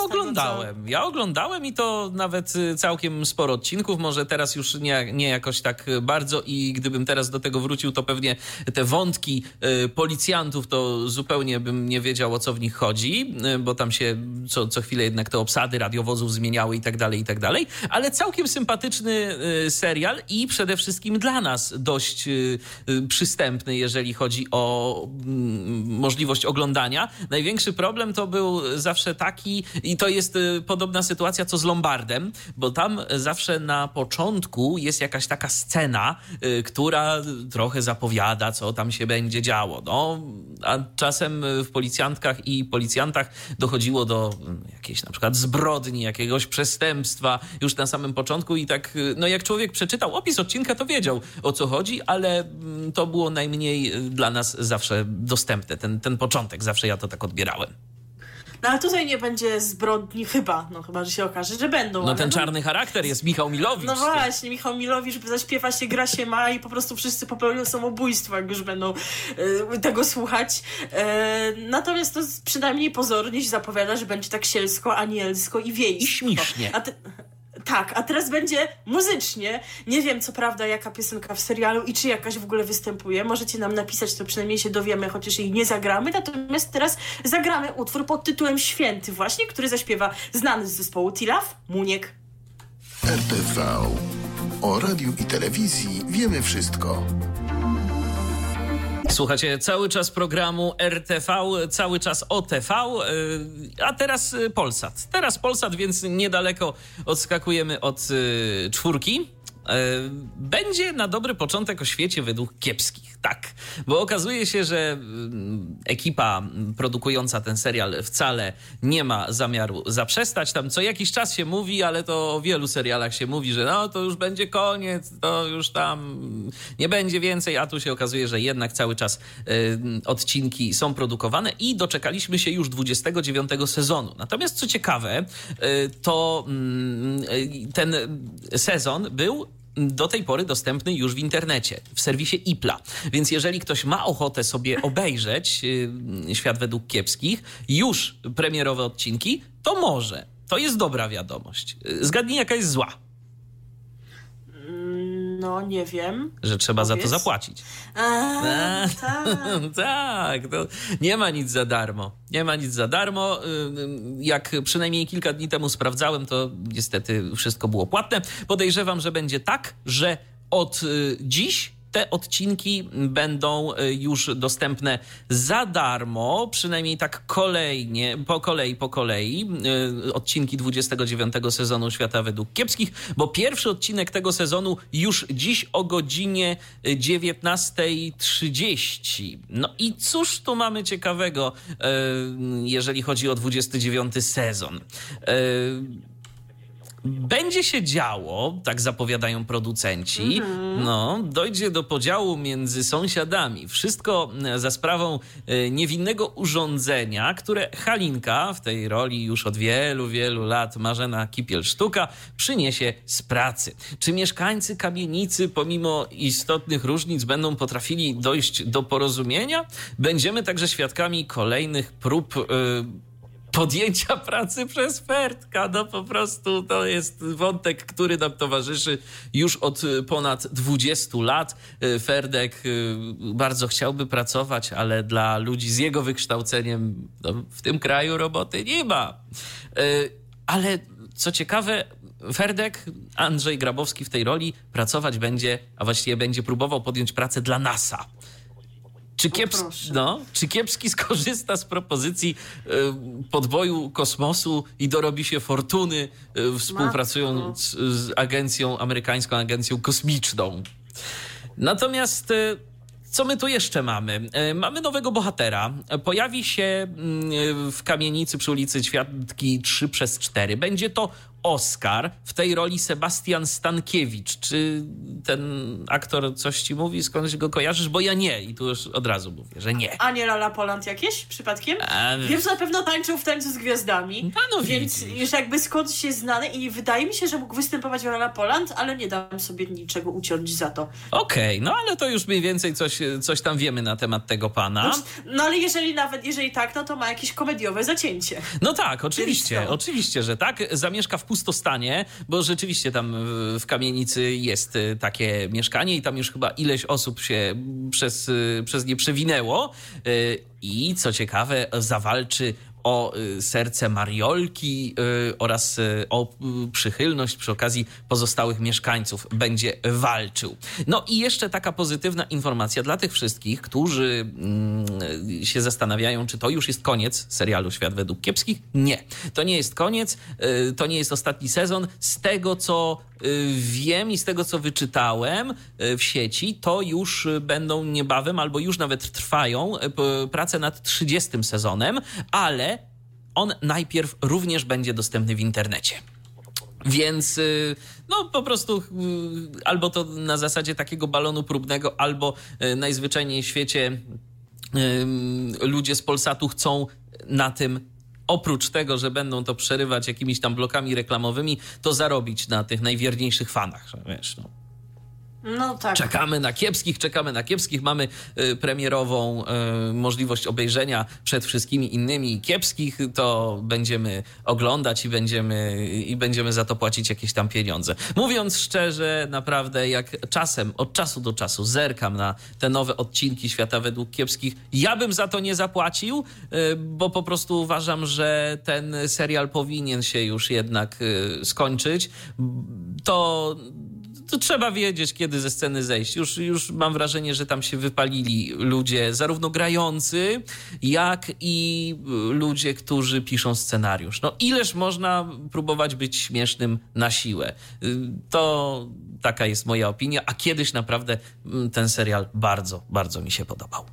Ja oglądałem i to nawet całkiem sporo odcinków, może teraz już nie jakoś tak bardzo i gdybym teraz do tego wrócił, to pewnie te wątki policjantów to zupełnie bym nie wiedział, o co w nich chodzi, bo tam się co chwilę jednak te obsady radiowozów zmieniały i tak dalej, ale całkiem sympatyczny serial i przede wszystkim dla nas dość przystępny, jeżeli chodzi o możliwość oglądania. Największy problem to był zawsze taki, i to jest podobna sytuacja co z Lombardem, bo tam zawsze na początku jest jakaś taka scena, która trochę zapowiada, co tam się będzie działo. No, a czasem w Policjantkach i Policjantach dochodziło do jakiejś na przykład zbrodni, jakiegoś przestępstwa już na samym początku i tak, no jak człowiek przeczytał opis odcinka, to wiedział, o co chodzi, ale to było najmniej dla nas zawsze dostępne. Ten początek, zawsze ja to tak odbierałem. No ale tutaj nie będzie zbrodni chyba, że się okaże, że będą. No ten czarny charakter jest Michał Milowicz. No właśnie, Michał Milowicz zaśpiewa się, gra się ma i po prostu wszyscy popełnią samobójstwo, jak już będą tego słuchać. Natomiast to przynajmniej pozornie się zapowiada, że będzie tak sielsko, anielsko i wiejsko. I śmiesznie. Tak, a teraz będzie muzycznie. Nie wiem, co prawda, jaka piosenka w serialu i czy jakaś w ogóle występuje. Możecie nam napisać, to przynajmniej się dowiemy, chociaż jej nie zagramy. Natomiast teraz zagramy utwór pod tytułem Święty właśnie, który zaśpiewa znany z zespołu Tilaf, Muniek. RTV. O radiu i telewizji wiemy wszystko. Słuchacie cały czas programu RTV, cały czas OTV, a teraz Polsat. Teraz Polsat, więc niedaleko odskakujemy od 4. będzie na dobry początek o świecie według kiepskich. Tak, bo okazuje się, że ekipa produkująca ten serial wcale nie ma zamiaru zaprzestać. Tam co jakiś czas się mówi, ale to o wielu serialach się mówi, że no to już będzie koniec, to już tam nie będzie więcej, a tu się okazuje, że jednak cały czas odcinki są produkowane i doczekaliśmy się już 29 sezonu. Natomiast co ciekawe, to ten sezon był do tej pory dostępny już w internecie, w serwisie Ipla. Więc jeżeli ktoś ma ochotę sobie obejrzeć Świat według kiepskich, już premierowe odcinki, to może. To jest dobra wiadomość. Zgadnij, jaka jest zła. No, nie wiem. Że trzeba za to zapłacić. Tak. Tak, to nie ma nic za darmo. Nie ma nic za darmo. Jak przynajmniej kilka dni temu sprawdzałem, to niestety wszystko było płatne. Podejrzewam, że będzie tak, że od dziś te odcinki będą już dostępne za darmo, przynajmniej tak po kolei, odcinki 29 sezonu Świata według kiepskich, bo pierwszy odcinek tego sezonu już dziś o godzinie 19:30. No i cóż tu mamy ciekawego, jeżeli chodzi o 29 sezon? Będzie się działo, tak zapowiadają producenci, dojdzie do podziału między sąsiadami. Wszystko za sprawą niewinnego urządzenia, które Halinka, w tej roli już od wielu, wielu lat Marzena Kipiel-Sztuka, przyniesie z pracy. Czy mieszkańcy kamienicy pomimo istotnych różnic będą potrafili dojść do porozumienia? Będziemy także świadkami kolejnych prób podjęcia pracy przez Ferdka. No po prostu to jest wątek, który nam towarzyszy już od ponad 20 lat. Ferdek bardzo chciałby pracować, ale dla ludzi z jego wykształceniem w tym kraju roboty nie ma. Ale co ciekawe, Ferdek, Andrzej Grabowski w tej roli pracować będzie, a właściwie będzie próbował podjąć pracę dla NASA. Czy Kiepski skorzysta z propozycji podboju kosmosu i dorobi się fortuny, współpracując z amerykańską agencją kosmiczną? Natomiast co my tu jeszcze mamy? Mamy nowego bohatera. Pojawi się w kamienicy przy ulicy Ćwiatki 3/4. Będzie to Oskar, w tej roli Sebastian Stankiewicz. Czy ten aktor coś ci mówi? Skądś go kojarzysz? Bo ja nie. I tu już od razu mówię, że nie. A nie Lala Poland jakieś przypadkiem? Wiem, że na pewno tańczył w Tańcu z Gwiazdami. Więc już jakby skądś się znany i wydaje mi się, że mógł występować w Lala Poland, ale nie dam sobie niczego uciąć za to. Okej, no ale to już mniej więcej coś tam wiemy na temat tego pana. No ale jeżeli tak, no to ma jakieś komediowe zacięcie. No tak, oczywiście, że tak. Zamieszka w pustostanie, bo rzeczywiście tam w kamienicy jest takie mieszkanie i tam już chyba ileś osób się przez nie przewinęło i co ciekawe zawalczy o serce Mariolki oraz o przychylność przy okazji pozostałych mieszkańców będzie walczył. No i jeszcze taka pozytywna informacja dla tych wszystkich, którzy się zastanawiają, czy to już jest koniec serialu Świat według kiepskich. Nie, to nie jest koniec, to nie jest ostatni sezon. Z tego, co wiem i z tego, co wyczytałem w sieci, to już będą niebawem, albo już nawet trwają prace nad 30 sezonem, ale on najpierw również będzie dostępny w internecie. Więc no po prostu albo to na zasadzie takiego balonu próbnego, albo najzwyczajniej w świecie ludzie z Polsatu chcą na tym, oprócz tego, że będą to przerywać jakimiś tam blokami reklamowymi, to zarobić na tych najwierniejszych fanach, wiesz, no. No tak. Czekamy na kiepskich. Mamy premierową możliwość obejrzenia przed wszystkimi innymi kiepskich. To będziemy oglądać i będziemy za to płacić jakieś tam pieniądze. Mówiąc szczerze, naprawdę jak czasem, od czasu do czasu zerkam na te nowe odcinki Świata według kiepskich, ja bym za to nie zapłacił, bo po prostu uważam, że ten serial powinien się już jednak skończyć. To to trzeba wiedzieć, kiedy ze sceny zejść. Już mam wrażenie, że tam się wypalili ludzie, zarówno grający, jak i ludzie, którzy piszą scenariusz. No ileż można próbować być śmiesznym na siłę. To taka jest moja opinia, a kiedyś naprawdę ten serial bardzo, bardzo mi się podobał.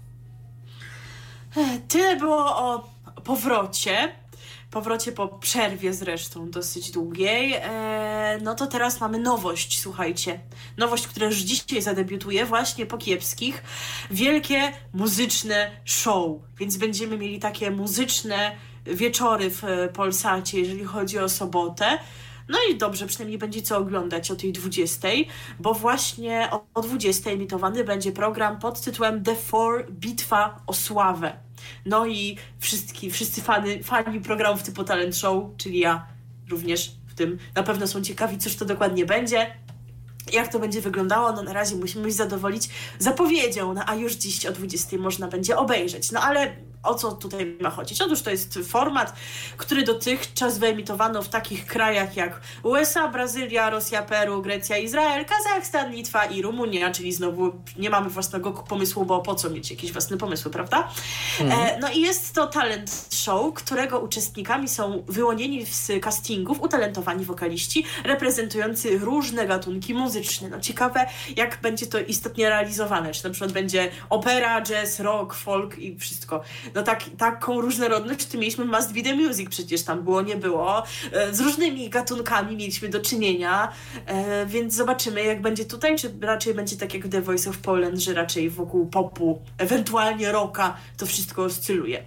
Tyle było o powrocie po przerwie zresztą dosyć długiej. No to teraz mamy nowość, słuchajcie. Nowość, która już dzisiaj zadebiutuje właśnie po kiepskich. Wielkie muzyczne show. Więc będziemy mieli takie muzyczne wieczory w Polsacie, jeżeli chodzi o sobotę. No i dobrze, przynajmniej będzie co oglądać o tej 20:00, bo właśnie o 20:00 emitowany będzie program pod tytułem The Four Bitwa o Sławę. No i wszyscy fani programów typu Talent Show, czyli ja również w tym, na pewno są ciekawi, cóż to dokładnie będzie. Jak to będzie wyglądało? No na razie musimy się zadowolić zapowiedzią, no a już dziś o 20:00 można będzie obejrzeć. No ale o co tutaj ma chodzić? Otóż to jest format, który dotychczas wyemitowano w takich krajach jak USA, Brazylia, Rosja, Peru, Grecja, Izrael, Kazachstan, Litwa i Rumunia, czyli znowu nie mamy własnego pomysłu, bo po co mieć jakieś własne pomysły, prawda? No i jest to talent show, którego uczestnikami są wyłonieni z castingów utalentowani wokaliści reprezentujący różne gatunki muzyczne. No ciekawe, jak będzie to istotnie realizowane. Czy na przykład będzie opera, jazz, rock, folk i wszystko. No taką różnorodność tu mieliśmy w Must Be The Music, przecież tam było, nie było. Z różnymi gatunkami mieliśmy do czynienia, więc zobaczymy, jak będzie tutaj, czy raczej będzie tak jak w The Voice of Poland, że raczej wokół popu, ewentualnie rocka to wszystko oscyluje.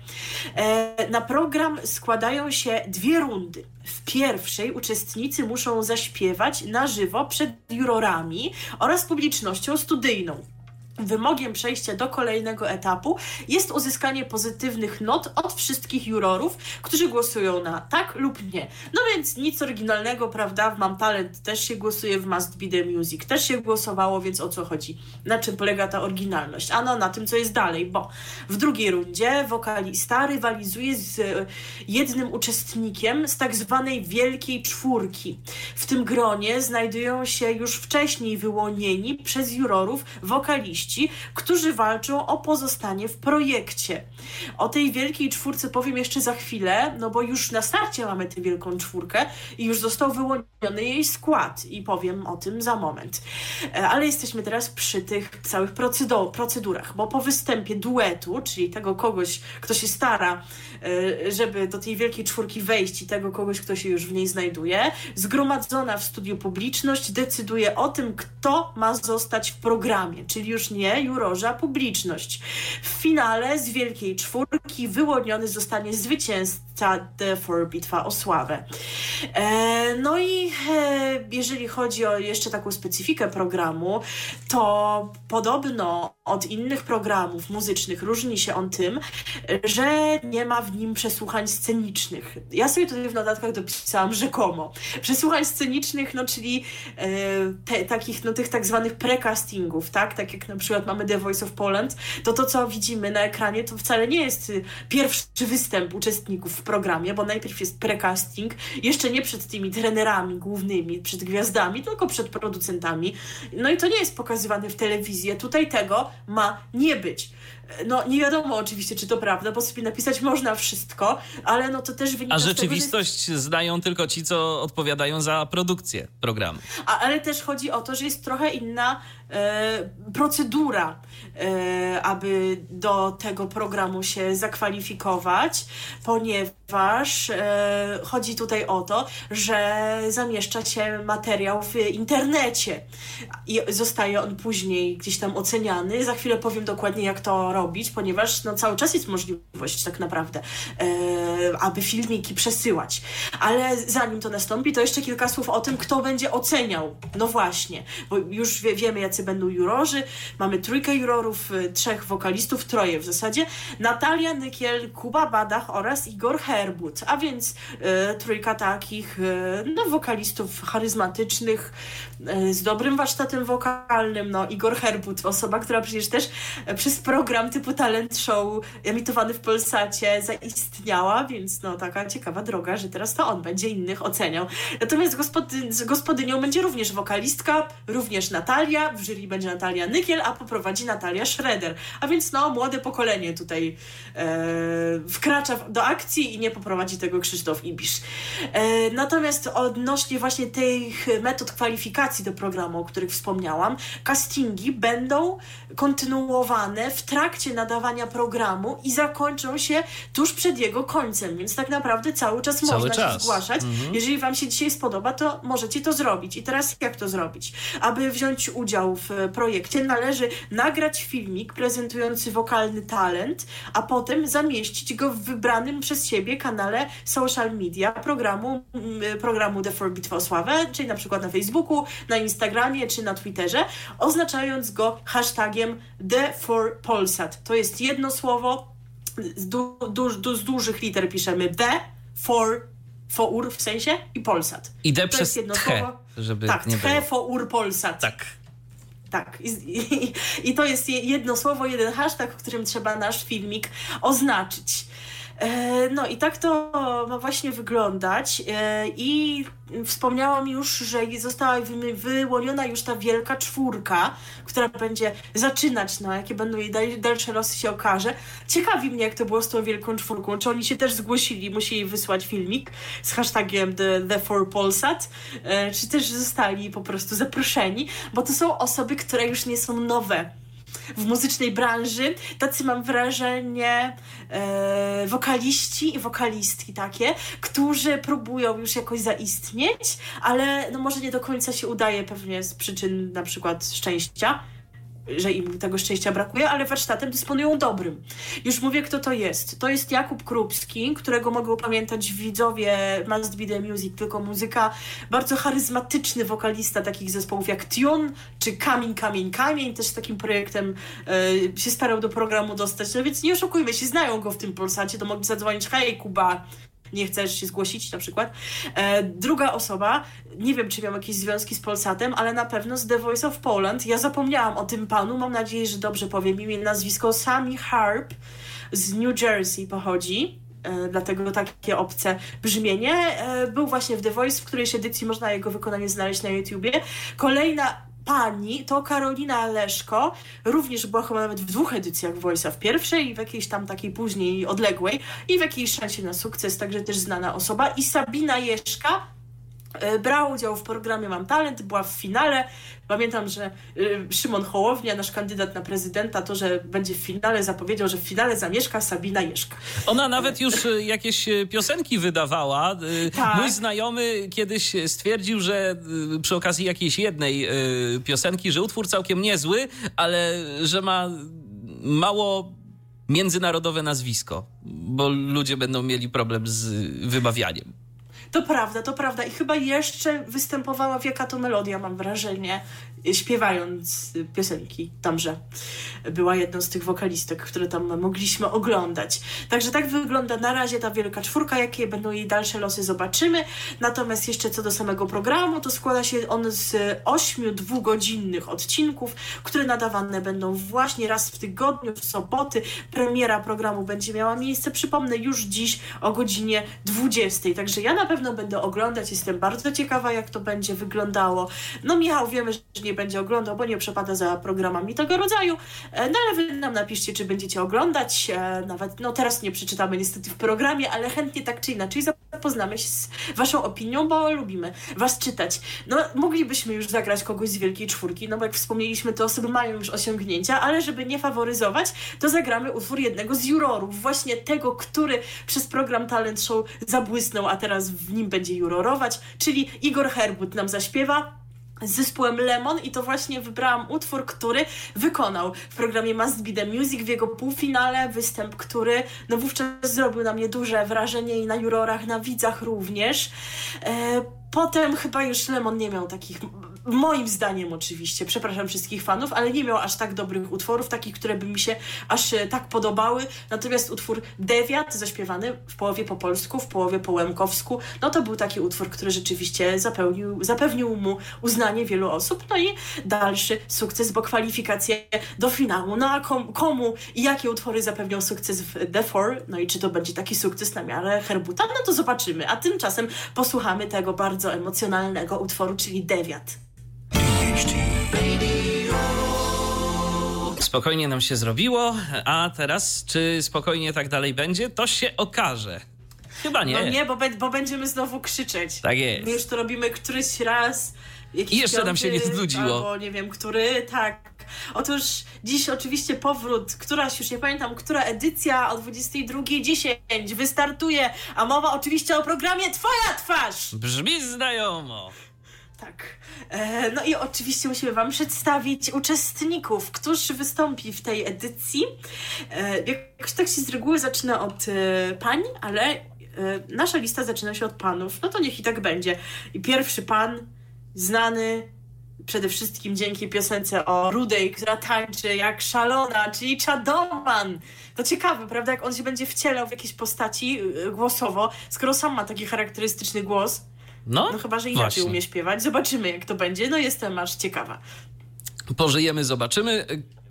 Na program składają się 2 rundy. W pierwszej uczestnicy muszą zaśpiewać na żywo przed jurorami oraz publicznością studyjną. Wymogiem przejścia do kolejnego etapu jest uzyskanie pozytywnych not od wszystkich jurorów, którzy głosują na tak lub nie. No więc nic oryginalnego, prawda? W Mam Talent też się głosuje, w Must Be The Music też się głosowało, więc o co chodzi? Na czym polega ta oryginalność? Ano na tym, co jest dalej, bo w drugiej rundzie wokalista rywalizuje z jednym uczestnikiem z tak zwanej Wielkiej Czwórki. W tym gronie znajdują się już wcześniej wyłonieni przez jurorów wokaliści, którzy walczą o pozostanie w projekcie. O tej Wielkiej Czwórce powiem jeszcze za chwilę, no bo już na starcie mamy tę Wielką Czwórkę i już został wyłoniony jej skład i powiem o tym za moment. Ale jesteśmy teraz przy tych całych procedurach, bo po występie duetu, czyli tego kogoś, kto się stara, żeby do tej Wielkiej Czwórki wejść i tego kogoś, kto się już w niej znajduje, zgromadzona w studiu publiczność decyduje o tym, kto ma zostać w programie, czyli już nie jurorzy, a publiczność. W finale z Wielkiej Czwórki wyłoniony zostanie zwycięzca The Four Bitwa o Sławę. No i jeżeli chodzi o jeszcze taką specyfikę programu, to podobno od innych programów muzycznych różni się on tym, że nie ma w nim przesłuchań scenicznych. Ja sobie tutaj w notatkach dopisałam rzekomo. Przesłuchań scenicznych, no czyli tych tak zwanych precastingów, tak? Tak jak na przykład mamy The Voice of Poland, to co widzimy na ekranie, to wcale nie jest pierwszy występ uczestników w programie, bo najpierw jest precasting, jeszcze nie przed tymi trenerami głównymi, przed gwiazdami, tylko przed producentami. No i to nie jest pokazywane w telewizji. Tutaj tego ma nie być. No nie wiadomo oczywiście, czy to prawda, bo sobie napisać można wszystko, ale no to też wynika z tego, rzeczywistość znają tylko ci, co odpowiadają za produkcję programu. Ale też chodzi o to, że jest trochę inna procedura, aby do tego programu się zakwalifikować, ponieważ chodzi tutaj o to, że zamieszcza się materiał w internecie i zostaje on później gdzieś tam oceniany. Za chwilę powiem dokładnie, jak to robić, ponieważ no, cały czas jest możliwość tak naprawdę, aby filmiki przesyłać. Ale zanim to nastąpi, to jeszcze kilka słów o tym, kto będzie oceniał. No właśnie, bo już wiemy, jacy będą jurorzy. Mamy 3 jurorów, 3 wokalistów, 3 w zasadzie. Natalia Nykiel, Kuba Badach oraz Igor Herbut. A więc 3 takich wokalistów charyzmatycznych, z dobrym warsztatem wokalnym. No, Igor Herbut, osoba, która przecież też przez program typu Talent Show emitowany w Polsacie zaistniała, więc no taka ciekawa droga, że teraz to on będzie innych oceniał. Natomiast gospodynią będzie również wokalistka, również Natalia, w jury będzie Natalia Nykiel, a poprowadzi Natalia Schroeder. A więc no młode pokolenie tutaj wkracza do akcji i nie poprowadzi tego Krzysztof Ibisz. Natomiast odnośnie właśnie tych metod kwalifikacji do programu, o których wspomniałam, castingi będą kontynuowane w trakcie nadawania programu i zakończą się tuż przed jego końcem, więc tak naprawdę cały czas można się zgłaszać. Jeżeli wam się dzisiaj spodoba, to możecie to zrobić. I teraz jak to zrobić? Aby wziąć udział w projekcie, należy nagrać filmik prezentujący wokalny talent, a potem zamieścić go w wybranym przez siebie kanale social media programu The 4 Bitwa o Sławę, czyli na przykład na Facebooku, na Instagramie czy na Twitterze, oznaczając go hashtagiem The4Polsat. To jest jedno słowo, z dużych liter piszemy The, for w sensie i Polsat. I to przez jest jedno słowo, żeby tak, nie było. For Polsat. Tak. I to jest jedno słowo, jeden hashtag, w którym trzeba nasz filmik oznaczyć. No i tak to ma właśnie wyglądać i wspomniałam już, że została wyłoniona już ta wielka czwórka, która będzie zaczynać, no jakie będą jej dalsze losy się okaże. Ciekawi mnie, jak to było z tą wielką czwórką, czy oni się też zgłosili, musieli wysłać filmik z hashtagiem The4Polsat, czy też zostali po prostu zaproszeni, bo to są osoby, które już nie są nowe w muzycznej branży, tacy mam wrażenie wokaliści i wokalistki takie, którzy próbują już jakoś zaistnieć, ale no może nie do końca się udaje pewnie z przyczyn na przykład szczęścia, że im tego szczęścia brakuje, ale warsztatem dysponują dobrym. Już mówię, kto to jest. To jest Jakub Krupski, którego mogą pamiętać widzowie Must Be The Music, tylko muzyka, bardzo charyzmatyczny wokalista takich zespołów jak Tune, czy Kamień, też z takim projektem się starał do programu dostać. No więc nie oszukujmy się, znają go w tym Polsacie, to mogli zadzwonić: hej Kuba, nie chcesz się zgłosić na przykład. Druga osoba, nie wiem, czy miał jakieś związki z Polsatem, ale na pewno z The Voice of Poland. Ja zapomniałam o tym panu, mam nadzieję, że dobrze powiem imię, nazwisko Sammy Harp, z New Jersey pochodzi, dlatego takie obce brzmienie. Był właśnie w The Voice, w którejś edycji można jego wykonanie znaleźć na YouTubie. Kolejna pani to Karolina Leszko, również była chyba nawet w 2 edycjach Voice'a, w pierwszej i w jakiejś tam takiej później odległej i w jakiejś szansie na sukces, także też znana osoba. I Sabina Jeszka brała udział w programie Mam Talent, była w finale. Pamiętam, że Szymon Hołownia, nasz kandydat na prezydenta, to, że będzie w finale, zapowiedział, że w finale zamieszka Sabina Jeszka. Ona nawet już jakieś piosenki wydawała. Tak. Mój znajomy kiedyś stwierdził, że przy okazji jakiejś jednej piosenki, że utwór całkiem niezły, ale że ma mało międzynarodowe nazwisko, bo ludzie będą mieli problem z wymawianiem. To prawda. I chyba jeszcze występowała w Jaka to melodia, mam wrażenie, śpiewając piosenki tamże. Była jedną z tych wokalistek, które tam mogliśmy oglądać. Także tak wygląda na razie ta wielka czwórka. Jakie będą jej dalsze losy, zobaczymy. Natomiast jeszcze co do samego programu, to składa się on z 8 dwugodzinnych odcinków, które nadawane będą właśnie raz w tygodniu, w soboty. Premiera programu będzie miała miejsce, przypomnę, już dziś o godzinie 20. Także ja na pewno będę oglądać. Jestem bardzo ciekawa, jak to będzie wyglądało. No Michał, wiemy, że nie będzie oglądał, bo nie przepada za programami tego rodzaju. No ale wy nam napiszcie, czy będziecie oglądać. Nawet, no teraz nie przeczytamy niestety w programie, ale chętnie tak czy inaczej zapoznamy się z waszą opinią, bo lubimy was czytać. No moglibyśmy już zagrać kogoś z wielkiej czwórki, no bo jak wspomnieliśmy, te osoby mają już osiągnięcia, ale żeby nie faworyzować, to zagramy utwór jednego z jurorów. Właśnie tego, który przez program Talent Show zabłysnął, a teraz w nim będzie jurorować, czyli Igor Herbut nam zaśpiewa z zespołem Lemon i to właśnie wybrałam utwór, który wykonał w programie Must Be The Music w jego półfinale, występ, który no wówczas zrobił na mnie duże wrażenie i na jurorach, na widzach również. Potem chyba już Lemon nie miał takich moim zdaniem oczywiście, przepraszam wszystkich fanów, ale nie miał aż tak dobrych utworów, takich, które by mi się aż tak podobały. Natomiast utwór Dewiat, zaśpiewany w połowie po polsku, w połowie po łemkowsku, no to był taki utwór, który rzeczywiście zapewnił mu uznanie wielu osób. No i dalszy sukces, bo kwalifikacje do finału. No a komu i jakie utwory zapewnią sukces w The Four? No i czy to będzie taki sukces na miarę Herbuta? No to zobaczymy. A tymczasem posłuchamy tego bardzo emocjonalnego utworu, czyli Dewiat. Spokojnie nam się zrobiło, a teraz czy spokojnie tak dalej będzie? To się okaże. Chyba nie. No nie, bo będziemy znowu krzyczeć. Tak jest. My już to robimy któryś raz. I jeszcze nam się nie znudziło. Albo nie wiem, który, tak. Otóż dziś oczywiście powrót, któraś, już nie pamiętam, która edycja o 22:10 wystartuje, a mowa oczywiście o programie Twoja twarz! Brzmi znajomo. Tak. No i oczywiście musimy wam przedstawić uczestników, któż wystąpi w tej edycji. Jakoś tak się z reguły zaczyna od pań, ale nasza lista zaczyna się od panów. No to niech i tak będzie. I pierwszy pan, znany przede wszystkim dzięki piosence o Rudej, która tańczy jak szalona, czyli Czadoman. To ciekawe, prawda, jak on się będzie wcielał w jakiejś postaci głosowo, skoro sam ma taki charakterystyczny głos. No chyba, że inaczej właśnie umie śpiewać. Zobaczymy, jak to będzie. No jestem aż ciekawa. Pożyjemy, zobaczymy.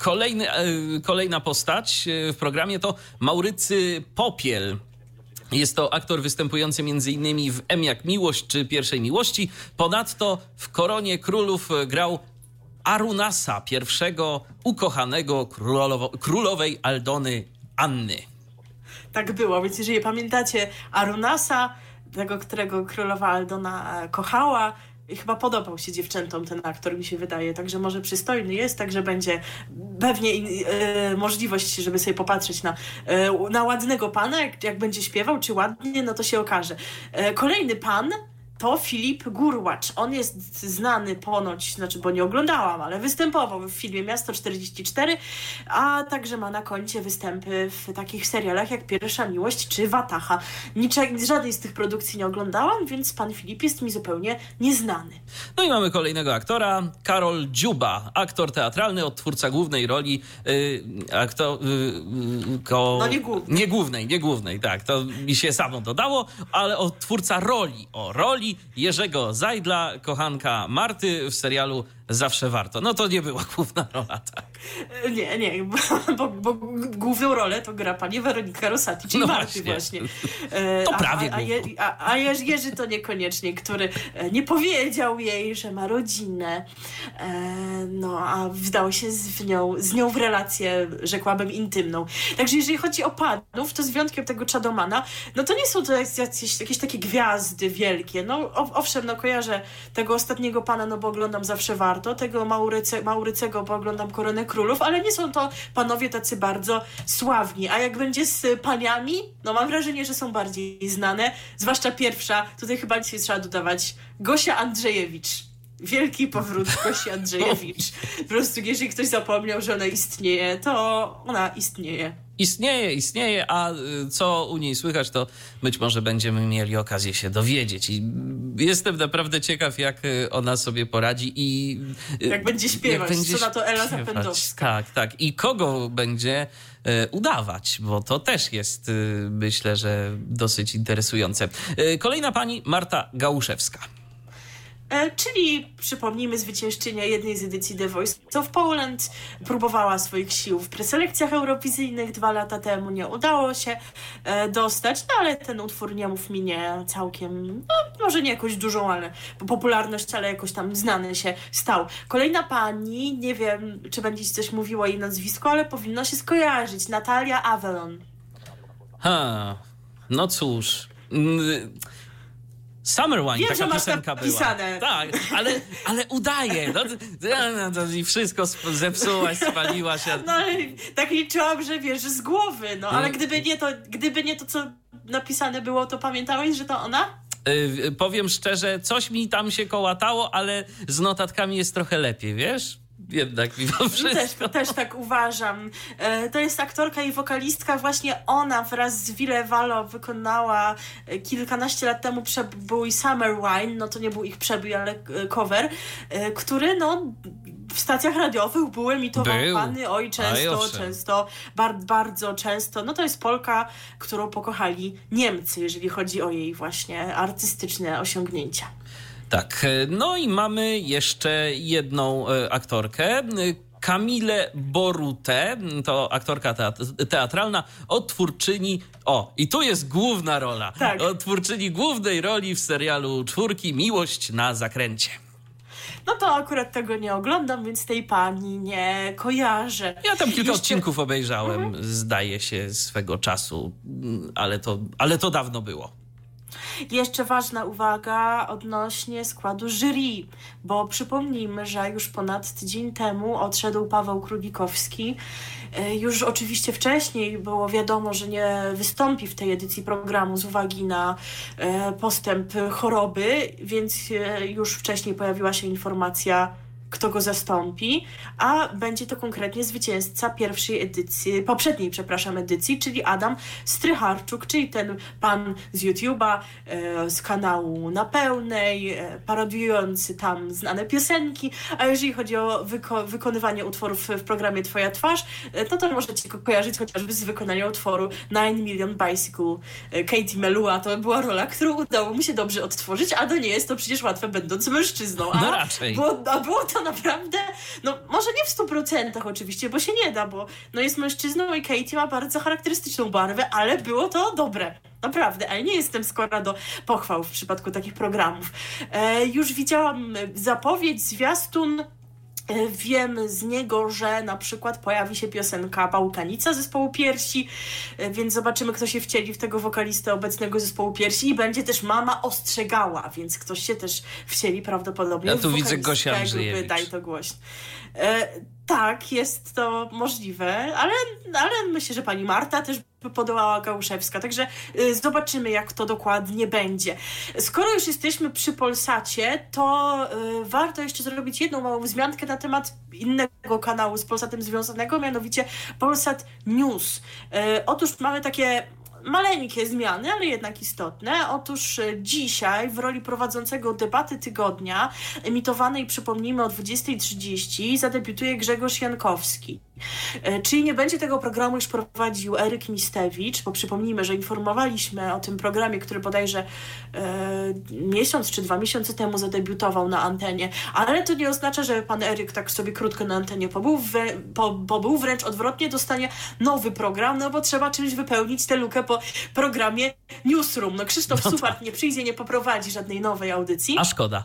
Kolejna postać w programie to Maurycy Popiel. Jest to aktor występujący m.in. w M jak Miłość czy Pierwszej Miłości. Ponadto w Koronie Królów grał Arunasa, pierwszego ukochanego królowej Aldony Anny. Tak było, więc jeżeli pamiętacie Arunasa, tego, którego królowa Aldona kochała, i chyba podobał się dziewczętom ten aktor, mi się wydaje, także może przystojny jest, także będzie pewnie możliwość, żeby sobie popatrzeć na ładnego pana, jak będzie śpiewał, czy ładnie, no to się okaże. Kolejny pan to Filip Gurłacz. On jest znany ponoć, bo nie oglądałam, ale występował w filmie Miasto 44, a także ma na koncie występy w takich serialach jak Pierwsza Miłość czy Wataha. Żadnej z tych produkcji nie oglądałam, więc pan Filip jest mi zupełnie nieznany. No i mamy kolejnego aktora, Karol Dziuba, aktor teatralny, odtwórca głównej roli, nie głównej, tak, to mi się samo dodało, ale odtwórca roli Jerzego Zajdla, kochanka Marty w serialu Zawsze Warto. No to nie była główna rola, tak. Nie, bo główną rolę to gra pani Weronika Rosati, czyli Marty właśnie. To prawie a Jerzy to niekoniecznie, który nie powiedział jej, że ma rodzinę, a wdał się z nią w relację, rzekłabym, intymną. Także jeżeli chodzi o panów, to z wyjątkiem tego Czadomana, no to nie są to jakieś takie gwiazdy wielkie. No owszem, kojarzę tego ostatniego pana, bo oglądam Zawsze Warto, tego Maurycego, bo oglądam Koronę Królów, ale nie są to panowie tacy bardzo sławni. A jak będzie z paniami, mam wrażenie, że są bardziej znane, zwłaszcza pierwsza, tutaj chyba nic nie trzeba dodawać, Gosia Andrzejewicz. Wielki powrót Gosi Andrzejewicz. Po prostu, jeżeli ktoś zapomniał, że ona istnieje, to ona istnieje. Istnieje, a co u niej słychać, to być może będziemy mieli okazję się dowiedzieć. I jestem naprawdę ciekaw, jak ona sobie poradzi i jak będzie śpiewać, co na to Ela Zapędowska. Tak. I kogo będzie udawać, bo to też jest, myślę, że dosyć interesujące. Kolejna pani, Marta Gałuszewska. Czyli, przypomnijmy, zwyciężczynia jednej z edycji The Voice of Poland. Próbowała swoich sił w preselekcjach eurowizyjnych 2 lata temu. Nie udało się dostać, ale ten utwór, nie mów mi, nie całkiem, może nie jakąś dużą, ale popularność, ale jakoś tam znany się stał. Kolejna pani, nie wiem, czy będzie ci coś mówiło jej nazwisko, ale powinno się skojarzyć. Natalia Avalon. No cóż... Summer Wine, taka piosenka była. Tak, ale udaje. I wszystko zepsułaś, spaliłaś. Tak liczyłam, że wiesz, z głowy, ale gdyby nie to, co napisane było, to pamiętałeś, że to ona? Powiem szczerze, coś mi tam się kołatało, ale z notatkami jest trochę lepiej, wiesz? jednak mimo wszystko. Też tak uważam. To jest aktorka i wokalistka. Właśnie ona wraz z Ville Valo wykonała kilkanaście lat temu przebój Summer Wine. No to nie był ich przebój, ale cover, który w stacjach radiowych był emitowany często, bardzo często. No to jest Polka, którą pokochali Niemcy, jeżeli chodzi o jej właśnie artystyczne osiągnięcia. Tak, no i mamy jeszcze jedną aktorkę, Kamilę Borutę, to aktorka teatralna, odtwórczyni, i tu jest główna rola, tak. Odtwórczyni głównej roli w serialu Czwórki Miłość na zakręcie. No to akurat tego nie oglądam, więc tej pani nie kojarzę. Ja tam kilka odcinków obejrzałem, zdaje się, swego czasu, ale to dawno było. Jeszcze ważna uwaga odnośnie składu jury, bo przypomnijmy, że już ponad tydzień temu odszedł Paweł Królikowski. Już oczywiście wcześniej było wiadomo, że nie wystąpi w tej edycji programu z uwagi na postęp choroby, więc już wcześniej pojawiła się informacja, kto go zastąpi, a będzie to konkretnie zwycięzca poprzedniej edycji, czyli Adam Strycharczuk, czyli ten pan z YouTube'a, z kanału Na Pełnej, parodiujący tam znane piosenki, a jeżeli chodzi o wykonywanie utworów w programie Twoja twarz, to możecie go kojarzyć chociażby z wykonania utworu 9 Million Bicycle Katie Melua. To była rola, którą udało mi się dobrze odtworzyć, a to nie jest to przecież łatwe, będąc mężczyzną. No raczej. Było to naprawdę, może nie w 100% oczywiście, bo się nie da, bo jest mężczyzną i Katie ma bardzo charakterystyczną barwę, ale było to dobre. Naprawdę, ale nie jestem skora do pochwał w przypadku takich programów. Już widziałam zapowiedź, zwiastun. Wiem z niego, że na przykład pojawi się piosenka Bałkanica zespołu Piersi, więc zobaczymy, kto się wcieli w tego wokalistę obecnego zespołu Piersi, i będzie też Mama ostrzegała, więc ktoś się też wcieli prawdopodobnie. Ja tu widzę Gosię Andrzejewicz. Daj to głośno. Tak, jest to możliwe, ale myślę, że pani Marta też podołała Gałuszewska, także zobaczymy, jak to dokładnie będzie. Skoro już jesteśmy przy Polsacie, to warto jeszcze zrobić jedną małą wzmiankę na temat innego kanału z Polsatem związanego, mianowicie Polsat News. Otóż mamy takie maleńkie zmiany, ale jednak istotne. Otóż dzisiaj w roli prowadzącego debaty tygodnia, emitowanej, przypomnijmy, o 20:30, zadebiutuje Grzegorz Jankowski. Czyli nie będzie tego programu już prowadził Eryk Mistewicz, bo przypomnijmy, że informowaliśmy o tym programie, który bodajże miesiąc czy 2 miesiące temu zadebiutował na antenie, ale to nie oznacza, że pan Eryk tak sobie krótko na antenie pobył, wręcz odwrotnie, dostanie nowy program, bo trzeba czymś wypełnić tę lukę po programie Newsroom. Krzysztof Suchard nie przyjdzie, nie poprowadzi żadnej nowej audycji. A szkoda.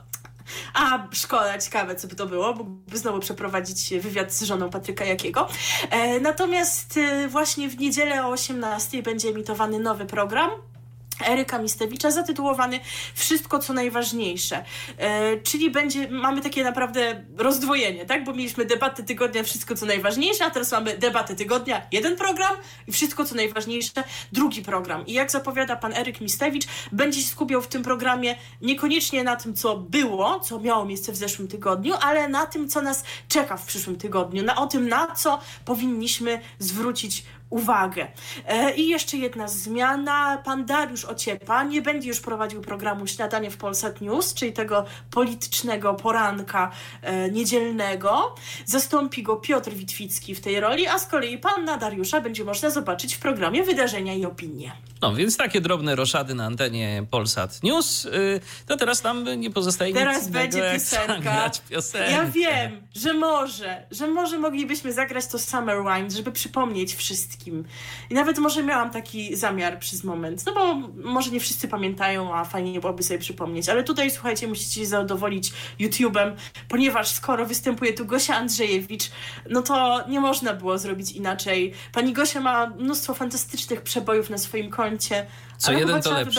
A szkoda, ciekawe, co by to było, mógłby znowu przeprowadzić wywiad z żoną Patryka Jakiego. Natomiast właśnie w niedzielę o 18:00 będzie emitowany nowy program Eryka Mistewicza zatytułowany Wszystko, co najważniejsze. Czyli mamy takie naprawdę rozdwojenie, tak? Bo mieliśmy debatę tygodnia Wszystko, co najważniejsze, a teraz mamy debatę tygodnia, jeden program, i Wszystko, co najważniejsze, drugi program. I jak zapowiada pan Eryk Mistewicz, będzie się skupiał w tym programie niekoniecznie na tym, co było, co miało miejsce w zeszłym tygodniu, ale na tym, co nas czeka w przyszłym tygodniu, o tym, na co powinniśmy zwrócić uwagę. I jeszcze jedna zmiana. Pan Dariusz Ociepa nie będzie już prowadził programu Śniadanie w Polsat News, czyli tego politycznego poranka niedzielnego. Zastąpi go Piotr Witwicki w tej roli, a z kolei pana Dariusza będzie można zobaczyć w programie Wydarzenia i Opinie. Więc takie drobne roszady na antenie Polsat News. To teraz nam nie pozostaje teraz nic będzie innego, piosenka. Piosenkę. Ja wiem, że może moglibyśmy zagrać to Summer Wine, żeby przypomnieć wszystkim. I nawet może miałam taki zamiar przez moment, bo może nie wszyscy pamiętają, a fajnie byłoby sobie przypomnieć. Ale tutaj, słuchajcie, musicie się zadowolić YouTube'em, ponieważ skoro występuje tu Gosia Andrzejewicz, to nie można było zrobić inaczej. Pani Gosia ma mnóstwo fantastycznych przebojów na swoim koncie. Co jeden to lepszy.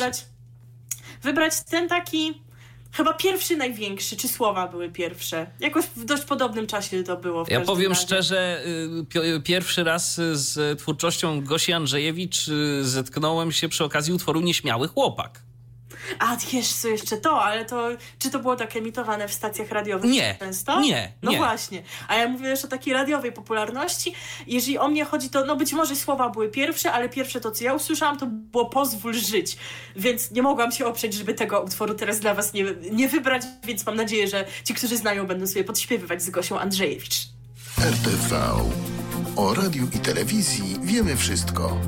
Wybrać ten taki chyba pierwszy, największy, czy słowa były pierwsze. Jakoś w dość podobnym czasie to było. Ja powiem szczerze, pierwszy raz z twórczością Gosi Andrzejewicz zetknąłem się przy okazji utworu Nieśmiały chłopak. A wiesz co, jeszcze to, ale to, czy to było tak emitowane w stacjach radiowych często? Nie. No właśnie, a ja mówię już o takiej radiowej popularności. Jeżeli o mnie chodzi, to no być może słowa były pierwsze, ale pierwsze to, co ja usłyszałam, to było pozwól żyć, więc nie mogłam się oprzeć, żeby tego utworu teraz dla was nie wybrać, więc mam nadzieję, że ci, którzy znają, będą sobie podśpiewywać z Gosią Andrzejewicz. RTV. O radiu i telewizji wiemy wszystko.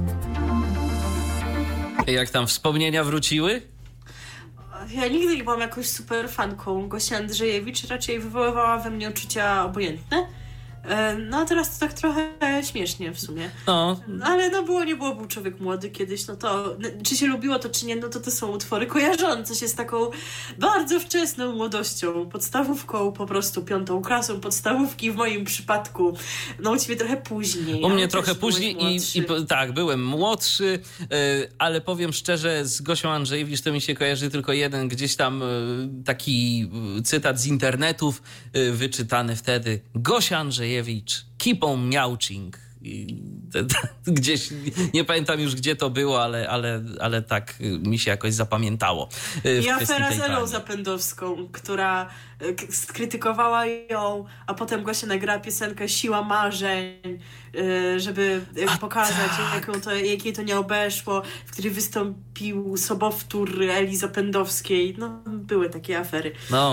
Jak tam wspomnienia wróciły? Ja nigdy nie byłam jakąś super fanką Gosi Andrzejewicz, raczej wywoływała we mnie uczucia obojętne. No a teraz to tak trochę śmiesznie w sumie. No. Ale no nie było, był człowiek młody kiedyś, no to czy się lubiło to czy nie, no to są utwory kojarzące się z taką bardzo wczesną młodością, podstawówką, po prostu 5. klasą podstawówki w moim przypadku. No u ciebie trochę później. U mnie trochę później i tak, byłem młodszy, ale powiem szczerze, z Gosią Andrzejewicz to mi się kojarzy tylko jeden gdzieś tam taki cytat z internetów wyczytany wtedy. Gosia Andrzejewicz, keep on miauching. Gdzieś, nie pamiętam już gdzie to było, ale tak mi się jakoś zapamiętało. I afera z Elą Zapędowską, która skrytykowała ją, a potem Gosia nagrała piosenkę Siła Marzeń, żeby pokazać, jakiej to nie obeszło, w której wystąpił sobowtór Eli Zapędowskiej. No, były takie afery.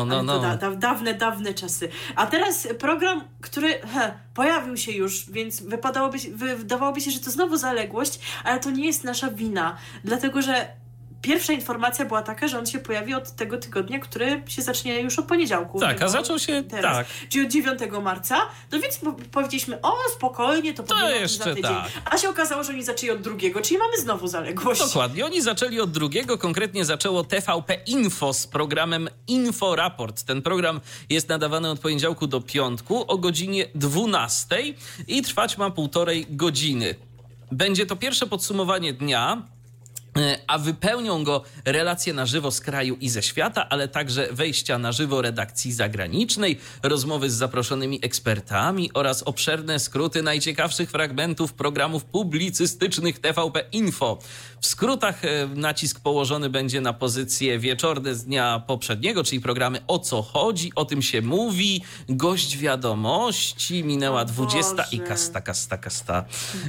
Dawne czasy. A teraz program, który pojawił się już, więc wydawałoby się, że to znowu zaległość, ale to nie jest nasza wina, dlatego że pierwsza informacja była taka, że on się pojawi od tego tygodnia, który się zacznie już od poniedziałku. Tak, a zaczął się teraz, tak. Czyli od 9 marca. No więc powiedzieliśmy, spokojnie, to powiemy za tydzień. Tak. A się okazało, że oni zaczęli od 2, czyli mamy znowu zaległość. Dokładnie, oni zaczęli od 2, konkretnie zaczęło TVP Info z programem Info Raport. Ten program jest nadawany od poniedziałku do piątku o godzinie 12 i trwać ma 1,5 godziny. Będzie to pierwsze podsumowanie dnia, a wypełnią go relacje na żywo z kraju i ze świata, ale także wejścia na żywo redakcji zagranicznej, rozmowy z zaproszonymi ekspertami oraz obszerne skróty najciekawszych fragmentów programów publicystycznych TVP Info. W skrótach nacisk położony będzie na pozycje wieczorne z dnia poprzedniego, czyli programy O co chodzi, o tym się mówi, gość wiadomości, minęła 20 i kasta.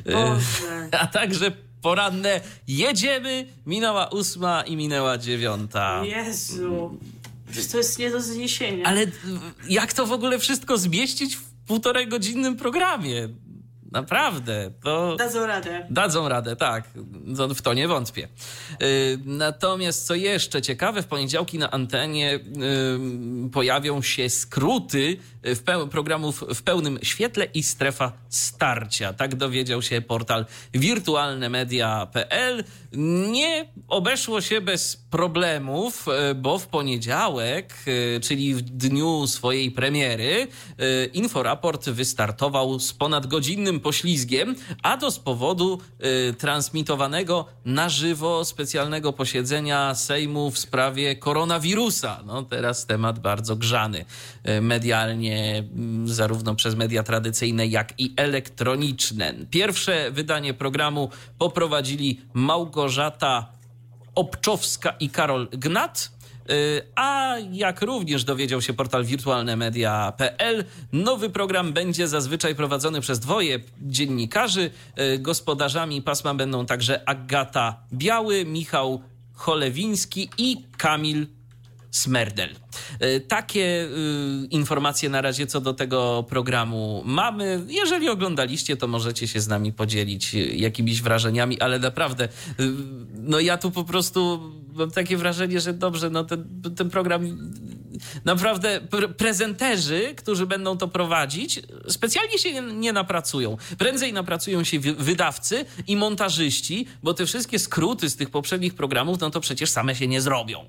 A także poranne jedziemy, minęła 8 i minęła 9. Jezu, to jest nie do zniesienia. Ale jak to w ogóle wszystko zmieścić w 1,5-godzinnym programie? Naprawdę. Dadzą radę, tak. W to nie wątpię. Natomiast co jeszcze ciekawe, w poniedziałki na antenie pojawią się skróty programów w pełnym świetle i strefa starcia. Tak dowiedział się portal wirtualnemedia.pl. Nie obeszło się bez problemów, bo w poniedziałek, czyli w dniu swojej premiery, Inforaport wystartował z ponadgodzinnym poślizgiem, a to z powodu transmitowanego na żywo specjalnego posiedzenia Sejmu w sprawie koronawirusa. No teraz temat bardzo grzany medialnie, zarówno przez media tradycyjne, jak i elektroniczne. Pierwsze wydanie programu poprowadzili Małgorzata Obczowska i Karol Gnat, a jak również dowiedział się portal wirtualnemedia.pl, nowy program będzie zazwyczaj prowadzony przez 2 dziennikarzy. Gospodarzami pasma będą także Agata Biały, Michał Cholewiński i Kamil Smerdel. Takie informacje na razie co do tego programu mamy. Jeżeli oglądaliście, to możecie się z nami podzielić jakimiś wrażeniami, ale naprawdę, no ja tu po prostu mam takie wrażenie, że dobrze, no ten program naprawdę prezenterzy, którzy będą to prowadzić, specjalnie się nie napracują. Prędzej napracują się wydawcy i montażyści, bo te wszystkie skróty z tych poprzednich programów, no to przecież same się nie zrobią.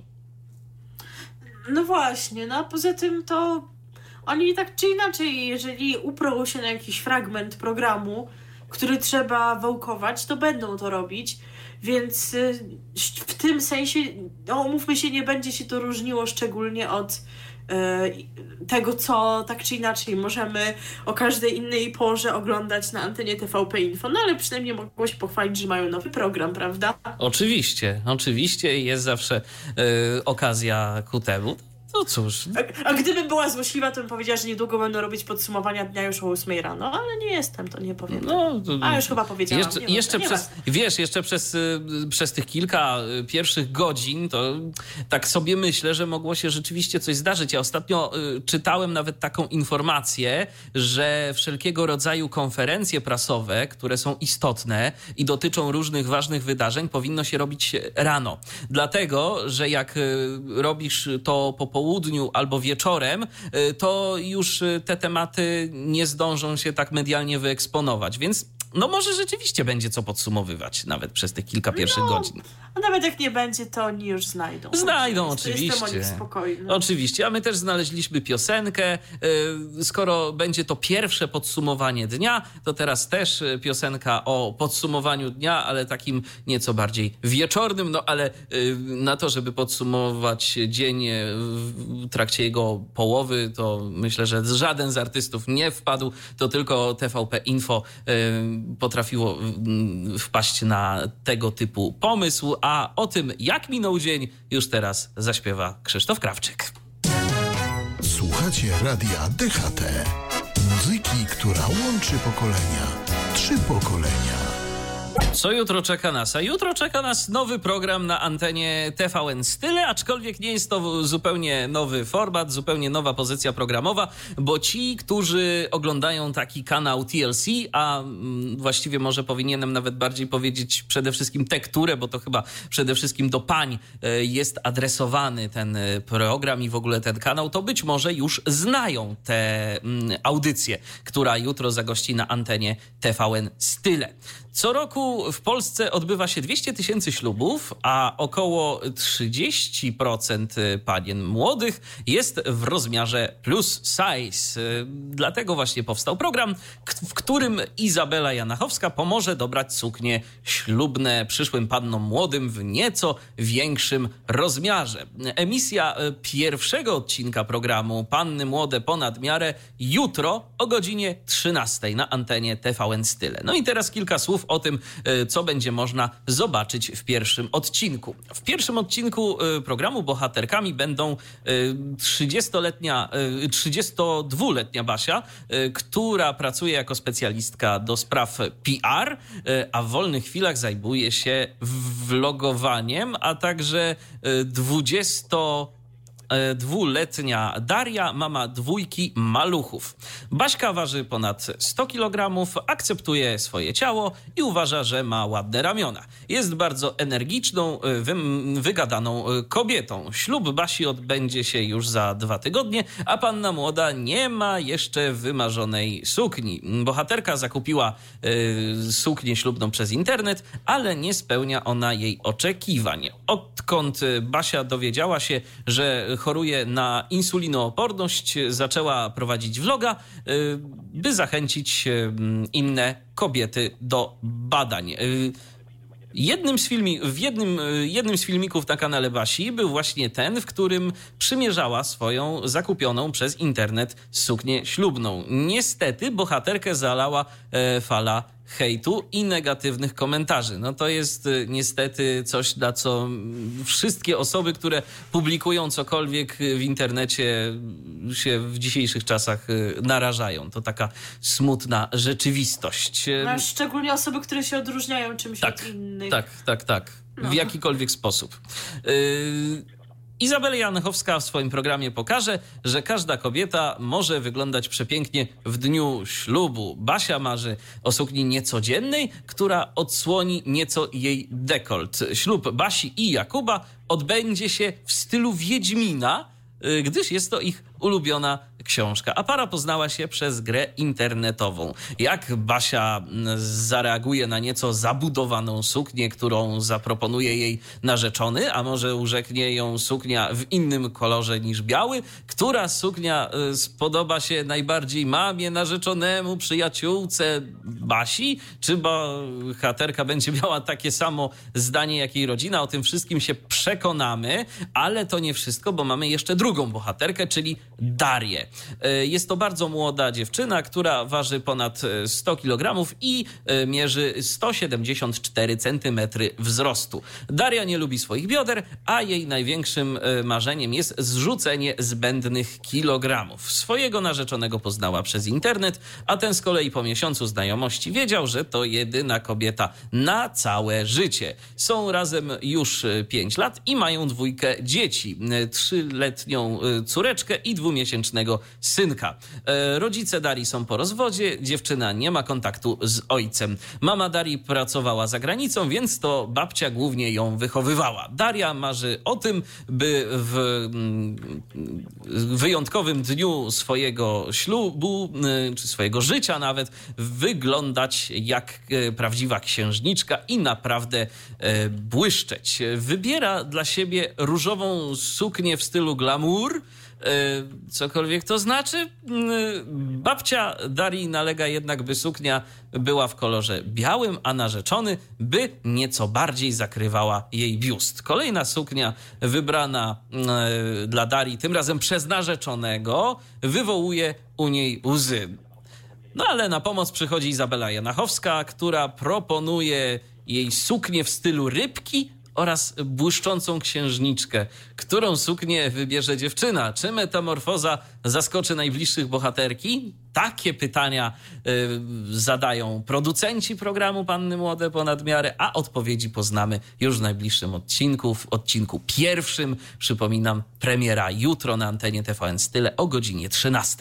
No właśnie, no a poza tym to oni tak czy inaczej, jeżeli uprą się na jakiś fragment programu, który trzeba wałkować, to będą to robić, więc w tym sensie, no umówmy się, nie będzie się to różniło szczególnie od tego, co tak czy inaczej możemy o każdej innej porze oglądać na antenie TVP Info, no ale przynajmniej mogło się pochwalić, że mają nowy program, prawda? Oczywiście jest zawsze okazja ku temu. No cóż. A gdybym była złośliwa, to bym powiedziała, że niedługo będą robić podsumowania dnia już o 8 rano, ale nie jestem, to nie powiem. A już chyba powiedziałam. Jeszcze przez tych kilka pierwszych godzin, to tak sobie myślę, że mogło się rzeczywiście coś zdarzyć. Ja ostatnio czytałem nawet taką informację, że wszelkiego rodzaju konferencje prasowe, które są istotne i dotyczą różnych ważnych wydarzeń, powinno się robić rano. Dlatego, że jak robisz to po południu albo wieczorem, to już te tematy nie zdążą się tak medialnie wyeksponować, więc no może rzeczywiście będzie co podsumowywać nawet przez tych kilka pierwszych godzin. A nawet jak nie będzie, to oni już znajdą. Oczywiście. Jestem o nich spokojny. Oczywiście, a my też znaleźliśmy piosenkę. Skoro będzie to pierwsze podsumowanie dnia, to teraz też piosenka o podsumowaniu dnia, ale takim nieco bardziej wieczornym, no ale na to, żeby podsumować dzień w trakcie jego połowy, to myślę, że żaden z artystów nie wpadł, to tylko TVP Info potrafiło wpaść na tego typu pomysł, a o tym, jak minął dzień, już teraz zaśpiewa Krzysztof Krawczyk. Słuchacie radia DHT. Muzyki, która łączy pokolenia. 3 pokolenia. Co jutro czeka nas? A jutro czeka nas nowy program na antenie TVN Style, aczkolwiek nie jest to zupełnie nowy format, zupełnie nowa pozycja programowa, bo ci, którzy oglądają taki kanał TLC, a właściwie może powinienem nawet bardziej powiedzieć przede wszystkim tekturę, bo to chyba przede wszystkim do pań jest adresowany ten program i w ogóle ten kanał, to być może już znają tę audycję, która jutro zagości na antenie TVN Style. Co roku w Polsce odbywa się 200 000 ślubów, a około 30% panien młodych jest w rozmiarze plus size. Dlatego właśnie powstał program, w którym Izabela Janachowska pomoże dobrać suknie ślubne przyszłym pannom młodym w nieco większym rozmiarze. Emisja pierwszego odcinka programu Panny Młode ponad miarę jutro o godzinie 13 na antenie TVN Style. No i teraz kilka słów o tym, co będzie można zobaczyć w pierwszym odcinku. W pierwszym odcinku programu bohaterkami będą 32-letnia Basia, która pracuje jako specjalistka do spraw PR, a w wolnych chwilach zajmuje się vlogowaniem, a także 22-letnia Daria, mama 2 maluchów. Baśka waży ponad 100 kg, akceptuje swoje ciało i uważa, że ma ładne ramiona. Jest bardzo energiczną, wygadaną kobietą. Ślub Basi odbędzie się już za 2 tygodnie, a panna młoda nie ma jeszcze wymarzonej sukni. Bohaterka zakupiła suknię ślubną przez internet, ale nie spełnia ona jej oczekiwań. Odkąd Basia dowiedziała się, że choruje na insulinooporność, zaczęła prowadzić vloga, by zachęcić inne kobiety do badań. Jednym z filmików na kanale Basi był właśnie ten, w którym przymierzała swoją zakupioną przez internet suknię ślubną. Niestety bohaterkę zalała fala hejtu i negatywnych komentarzy. No to jest niestety coś, na co wszystkie osoby, które publikują cokolwiek w internecie, się w dzisiejszych czasach narażają. To taka smutna rzeczywistość. No, szczególnie osoby, które się odróżniają czymś od innych. Tak. W jakikolwiek sposób. Izabela Janachowska w swoim programie pokaże, że każda kobieta może wyglądać przepięknie w dniu ślubu. Basia marzy o sukni niecodziennej, która odsłoni nieco jej dekolt. Ślub Basi i Jakuba odbędzie się w stylu Wiedźmina, gdyż jest to ich ulubiona książka. A para poznała się przez grę internetową. Jak Basia zareaguje na nieco zabudowaną suknię, którą zaproponuje jej narzeczony, a może urzeknie ją suknia w innym kolorze niż biały? Która suknia spodoba się najbardziej mamie, narzeczonemu, przyjaciółce Basi? Czy bohaterka będzie miała takie samo zdanie jak jej rodzina? O tym wszystkim się przekonamy, ale to nie wszystko, bo mamy jeszcze drugą bohaterkę, czyli Darię. Jest to bardzo młoda dziewczyna, która waży ponad 100 kg i mierzy 174 cm wzrostu. Daria nie lubi swoich bioder, a jej największym marzeniem jest zrzucenie zbędnych kilogramów. Swojego narzeczonego poznała przez internet, a ten z kolei po miesiącu znajomości wiedział, że to jedyna kobieta na całe życie. Są razem już 5 lat i mają 2 dzieci. 3-letnią córeczkę i 2-miesięcznego synka. Rodzice Darii są po rozwodzie, dziewczyna nie ma kontaktu z ojcem. Mama Darii pracowała za granicą, więc to babcia głównie ją wychowywała. Daria marzy o tym, by w wyjątkowym dniu swojego ślubu, czy swojego życia nawet, wyglądać jak prawdziwa księżniczka i naprawdę błyszczeć. Wybiera dla siebie różową suknię w stylu glamour, cokolwiek to znaczy. Babcia Darii nalega jednak, by suknia była w kolorze białym, a narzeczony by nieco bardziej zakrywała jej biust. Kolejna suknia wybrana dla Darii, tym razem przez narzeczonego, wywołuje u niej łzy. No ale na pomoc przychodzi Izabela Janachowska, która proponuje jej suknię w stylu rybki oraz błyszczącą księżniczkę. Którą suknię wybierze dziewczyna? Czy metamorfoza zaskoczy najbliższych bohaterki? Takie pytania zadają producenci programu Panny Młode ponad miarę, a odpowiedzi poznamy już w najbliższym odcinku. W odcinku pierwszym, przypominam, premiera jutro na antenie TVN Style o godzinie 13.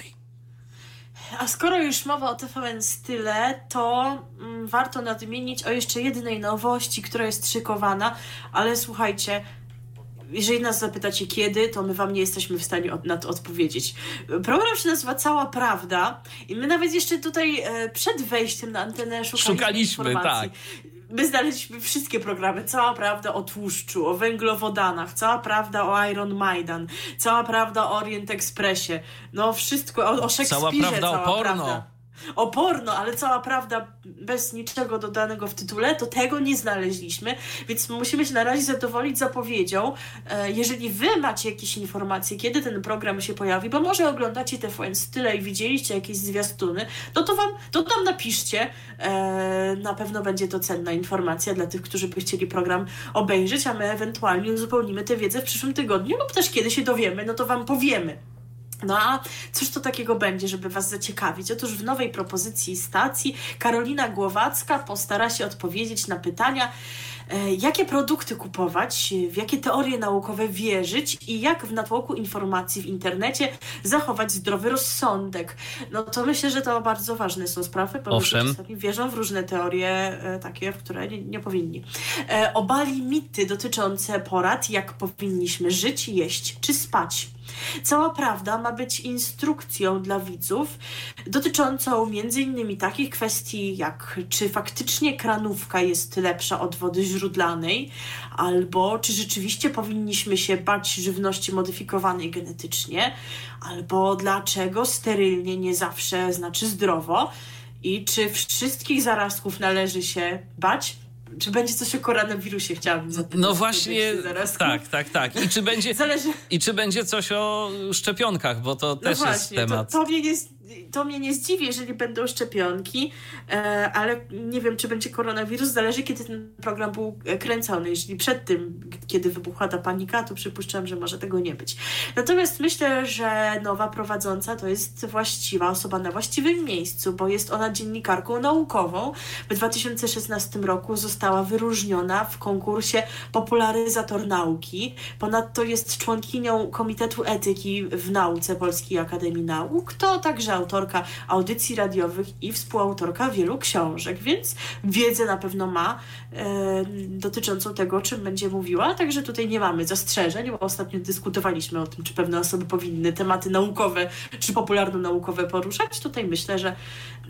A skoro już mowa o TVN Style, to warto nadmienić o jeszcze jednej nowości, która jest szykowana, ale słuchajcie, jeżeli nas zapytacie kiedy, to my wam nie jesteśmy w stanie na to odpowiedzieć. Program się nazywa Cała Prawda i my nawet jeszcze tutaj przed wejściem na antenę szukaliśmy informacji. Tak. My znaleźliśmy wszystkie programy. Cała prawda o tłuszczu, o węglowodanach, cała prawda o Iron Maidan, cała prawda o Orient Expressie, no wszystko, o Szekspirze, cała prawda o porno. Prawda. O porno, ale cała prawda bez niczego dodanego w tytule, to tego nie znaleźliśmy, więc musimy się na razie zadowolić zapowiedzią. Jeżeli wy macie jakieś informacje, kiedy ten program się pojawi, bo może oglądacie TVN Style i widzieliście jakieś zwiastuny, no to tam napiszcie. Na pewno będzie to cenna informacja dla tych, którzy by chcieli program obejrzeć, a my ewentualnie uzupełnimy tę wiedzę w przyszłym tygodniu lub też kiedy się dowiemy, no to wam powiemy. No a cóż to takiego będzie, żeby was zaciekawić? Otóż w nowej propozycji stacji Karolina Głowacka postara się odpowiedzieć na pytania, jakie produkty kupować, w jakie teorie naukowe wierzyć i jak w natłoku informacji w internecie zachować zdrowy rozsądek. No to myślę, że to bardzo ważne są sprawy, bo ludzie czasami wierzą w różne teorie takie, w które nie powinni. Obali mity dotyczące porad, jak powinniśmy żyć, jeść czy spać. Cała prawda ma być instrukcją dla widzów dotyczącą m.in. takich kwestii jak czy faktycznie kranówka jest lepsza od wody źródlanej, albo czy rzeczywiście powinniśmy się bać żywności modyfikowanej genetycznie, albo dlaczego sterylnie nie zawsze znaczy zdrowo i czy wszystkich zarazków należy się bać. Czy będzie coś o koronawirusie, chciałabym zapytać. No właśnie, tak. I czy będzie coś o szczepionkach, bo to też jest temat. To mnie nie zdziwi, jeżeli będą szczepionki, ale nie wiem, czy będzie koronawirus. Zależy, kiedy ten program był kręcony. Jeżeli przed tym, kiedy wybuchła ta panika, to przypuszczam, że może tego nie być. Natomiast myślę, że nowa prowadząca to jest właściwa osoba na właściwym miejscu, bo jest ona dziennikarką naukową. W 2016 roku została wyróżniona w konkursie Popularyzator Nauki. Ponadto jest członkinią Komitetu Etyki w Nauce Polskiej Akademii Nauk. To także autorka audycji radiowych i współautorka wielu książek, więc wiedzę na pewno ma dotyczącą tego, o czym będzie mówiła, także tutaj nie mamy zastrzeżeń, bo ostatnio dyskutowaliśmy o tym, czy pewne osoby powinny tematy naukowe czy popularno-naukowe poruszać. Tutaj myślę, że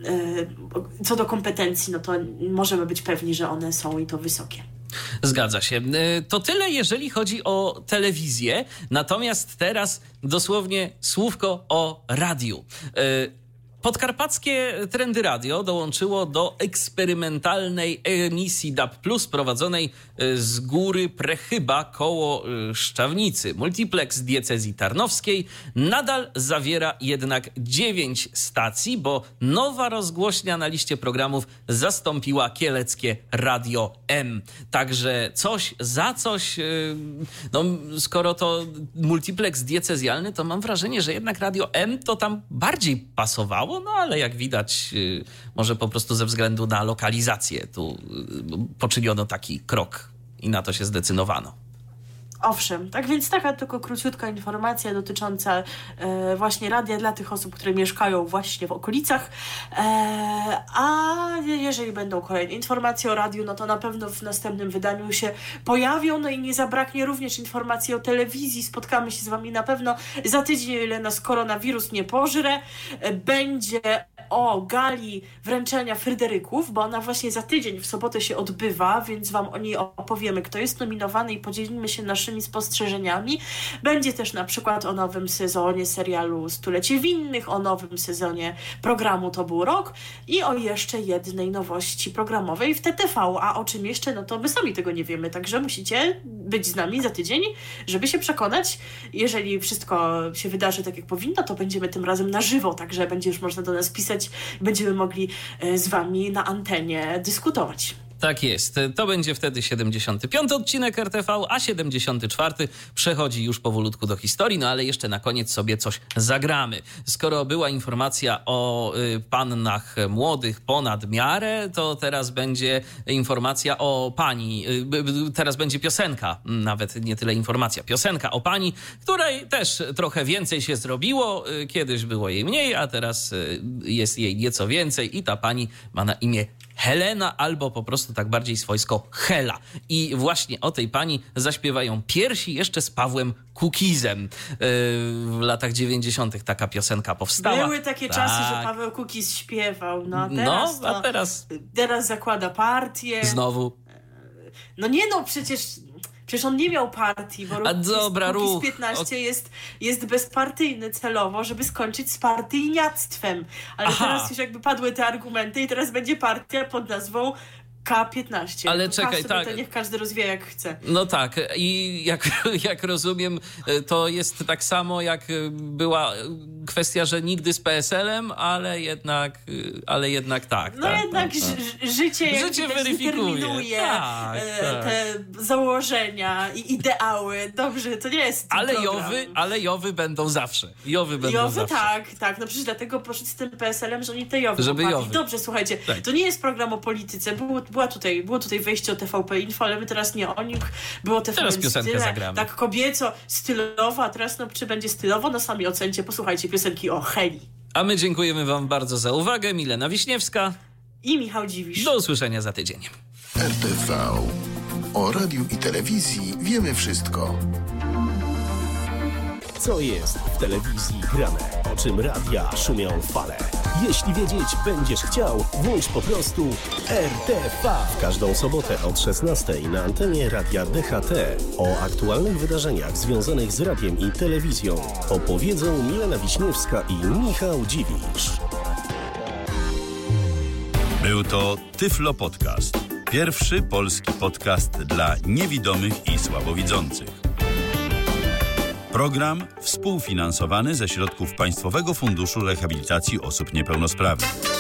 co do kompetencji, no to możemy być pewni, że one są i to wysokie. Zgadza się. To tyle, jeżeli chodzi o telewizję. Natomiast teraz dosłownie słówko o radiu. Podkarpackie Trendy Radio dołączyło do eksperymentalnej emisji DAB+, prowadzonej z góry Prechyba koło Szczawnicy. Multiplex diecezji tarnowskiej nadal zawiera jednak 9 stacji, bo nowa rozgłośnia na liście programów zastąpiła kieleckie Radio M. Także coś za coś, no skoro to multiplex diecezjalny, to mam wrażenie, że jednak Radio M to tam bardziej pasowało. No ale jak widać, może po prostu ze względu na lokalizację tu poczyniono taki krok i na to się zdecydowano. Owszem, tak więc taka tylko króciutka informacja dotycząca właśnie radia dla tych osób, które mieszkają właśnie w okolicach. A jeżeli będą kolejne informacje o radiu, no to na pewno w następnym wydaniu się pojawią. No i nie zabraknie również informacji o telewizji. Spotkamy się z wami na pewno za tydzień, o ile nas koronawirus nie pożre. Będzie o gali wręczenia Fryderyków, bo ona właśnie za tydzień w sobotę się odbywa, więc wam o niej opowiemy, kto jest nominowany i podzielimy się naszymi spostrzeżeniami. Będzie też na przykład o nowym sezonie serialu Stulecie Winnych, o nowym sezonie programu To Był Rok i o jeszcze jednej nowości programowej w TTV, a o czym jeszcze, no to my sami tego nie wiemy, także musicie być z nami za tydzień, żeby się przekonać. Jeżeli wszystko się wydarzy tak, jak powinno, to będziemy tym razem na żywo, także będzie już można do nas pisać, będziemy mogli z wami na antenie dyskutować. Tak jest. To będzie wtedy 75. odcinek RTV, a 74. przechodzi już powolutku do historii, no ale jeszcze na koniec sobie coś zagramy. Skoro była informacja o pannach młodych ponad miarę, to teraz będzie informacja o pani, teraz będzie piosenka, nawet nie tyle informacja, piosenka o pani, której też trochę więcej się zrobiło. Kiedyś było jej mniej, a teraz jest jej nieco więcej i ta pani ma na imię Helena, albo po prostu tak bardziej swojsko Hela. I właśnie o tej pani zaśpiewają Piersi jeszcze z Pawłem Kukizem. W latach 90. taka piosenka powstała. Były takie czasy, że Paweł Kukiz śpiewał. No, teraz a teraz zakłada partię. Znowu. No nie no, Przecież on nie miał partii, bo Kukiz 15 jest bezpartyjny celowo, żeby skończyć z partyjniactwem. Ale teraz już jakby padły te argumenty i teraz będzie partia pod nazwą K15. Ale czekaj, tak. To niech każdy rozwija jak chce. No tak. I jak rozumiem, to jest tak samo jak była kwestia, że nigdy z PSL-em, ale jednak tak. No tak, jednak życie weryfikuje te założenia i ideały. Dobrze, to nie jest Ale Jowy będą zawsze. Jowy zawsze. Tak. No przecież dlatego poszedł z tym PSL-em, że oni te Jowy żeby popadli. Jowy. Dobrze, słuchajcie, tak. To nie jest program o polityce. Było tutaj wejście o TVP Info, ale my teraz nie o nich. Było TVP teraz piosenkę zagramy. Tak kobieco, stylowo, a teraz czy będzie stylowo? No sami ocencie, posłuchajcie piosenki o Heli. A my dziękujemy wam bardzo za uwagę. Milena Wiśniewska i Michał Dziwisz. Do usłyszenia za tydzień. RTV. O radiu i telewizji wiemy wszystko. Co jest w telewizji grane? O czym radia szumią fale? Jeśli wiedzieć będziesz chciał, włącz po prostu RTV. W każdą sobotę od 16 na antenie Radia DHT. O aktualnych wydarzeniach związanych z radiem i telewizją opowiedzą Milena Wiśniewska i Michał Dziwisz. Był to Tyflo Podcast. Pierwszy polski podcast dla niewidomych i słabowidzących. Program współfinansowany ze środków Państwowego Funduszu Rehabilitacji Osób Niepełnosprawnych.